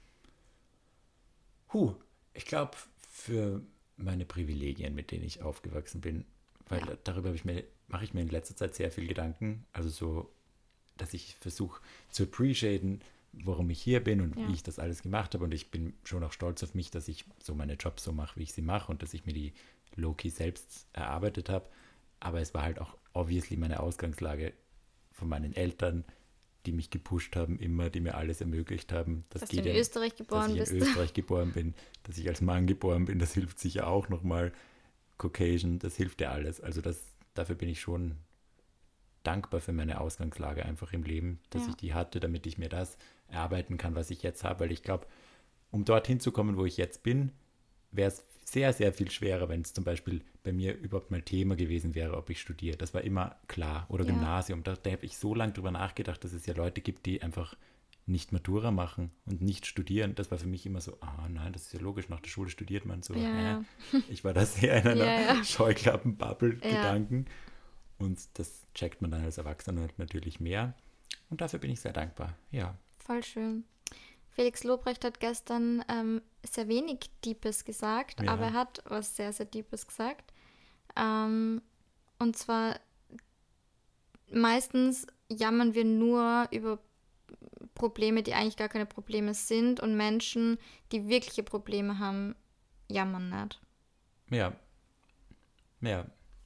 Huh, ich glaube, für meine Privilegien, mit denen ich aufgewachsen bin, weil Ja. darüber habe ich mir, mache ich mir in letzter Zeit sehr viel Gedanken. Also so, dass ich versuche zu appreciaten, warum ich hier bin und Ja. wie ich das alles gemacht habe. Und ich bin schon auch stolz auf mich, dass ich so meine Jobs so mache, wie ich sie mache und dass ich mir die low-key selbst erarbeitet habe. Aber es war halt auch obviously meine Ausgangslage von meinen Eltern, die mich gepusht haben, immer, die mir alles ermöglicht haben. Das Dass du geht in ja- Österreich dass geboren ich bist. in Österreich geboren bin, dass ich als Mann geboren bin, das hilft sicher auch nochmal. Caucasian, das hilft ja alles. Also das, dafür bin ich schon dankbar für meine Ausgangslage einfach im Leben, dass Ja. ich die hatte, damit ich mir das erarbeiten kann, was ich jetzt habe. Weil ich glaube, um dorthin zu kommen, wo ich jetzt bin, wäre es sehr, sehr viel schwerer, wenn es zum Beispiel bei mir überhaupt mal Thema gewesen wäre, ob ich studiere. Das war immer klar. Oder Ja. Gymnasium. Da, da habe ich so lange drüber nachgedacht, dass es ja Leute gibt, die einfach nicht Matura machen und nicht studieren. Das war für mich immer so, ah nein, das ist ja logisch, nach der Schule studiert man so. Ja, hä? ja. Ich war da sehr in einer Ja, ja. Scheuklappen-Bubble-Gedanken. Und das checkt man dann als Erwachsener natürlich mehr. Und dafür bin ich sehr dankbar. Ja. Voll schön. Felix Lobrecht hat gestern ähm, sehr wenig Deepes gesagt, Ja. aber er hat was sehr, sehr Deepes gesagt. Ähm, und zwar, meistens jammern wir nur über Probleme, die eigentlich gar keine Probleme sind, und Menschen, die wirkliche Probleme haben, jammern nicht. Ja. Ja.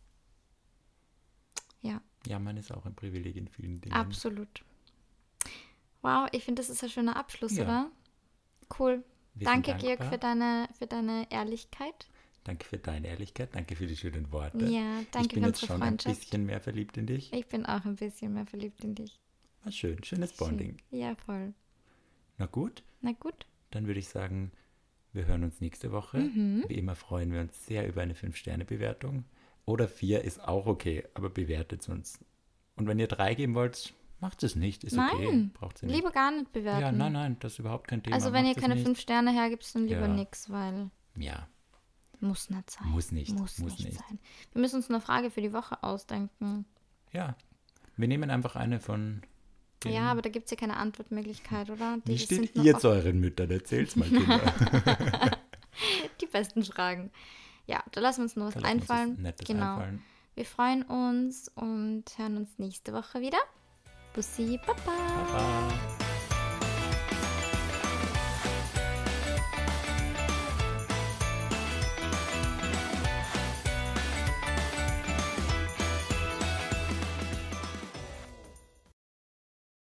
Ja, Ja, man ist auch ein Privileg in vielen Dingen. absolut. Wow, ich finde, das ist ein schöner Abschluss, Ja. oder? Cool. Wir sind Danke, dankbar. Georg, für deine, für deine Ehrlichkeit. Danke für deine Ehrlichkeit. Danke für die schönen Worte. Ja, ich danke bin für jetzt unsere schon ein Freundschaft. bisschen mehr verliebt in dich. Ich bin auch ein bisschen mehr verliebt in dich. War schön. Schönes Bonding. Schön. Ja, voll. Na gut, Na gut. dann würde ich sagen, wir hören uns nächste Woche. Mhm. Wie immer freuen wir uns sehr über eine fünf Sterne Bewertung. Oder vier ist auch okay, aber bewertet uns. Und wenn ihr drei geben wollt, macht es nicht. Ist okay. Nein, Braucht sie nicht. lieber gar nicht bewerten. Ja, nein, nein, das ist überhaupt kein Thema. also wenn ihr Macht es keine nicht. fünf Sterne hergibt, dann lieber Ja. nix, weil Ja, muss nicht sein. muss nicht. Muss, muss nicht, nicht. sein. Wir müssen uns eine Frage für die Woche ausdenken. Ja. Wir nehmen einfach eine von den. Ja, aber da gibt es ja keine Antwortmöglichkeit, oder? Die Wie steht sind noch ihr offen. zu euren Müttern? Erzählt's mal, Kinder. Die besten Fragen. Ja, da lassen wir uns noch was Da lassen wir uns was einfallen. Nettes Genau. einfallen. Wir freuen uns und hören uns nächste Woche wieder. Bussi, Baba. Baba.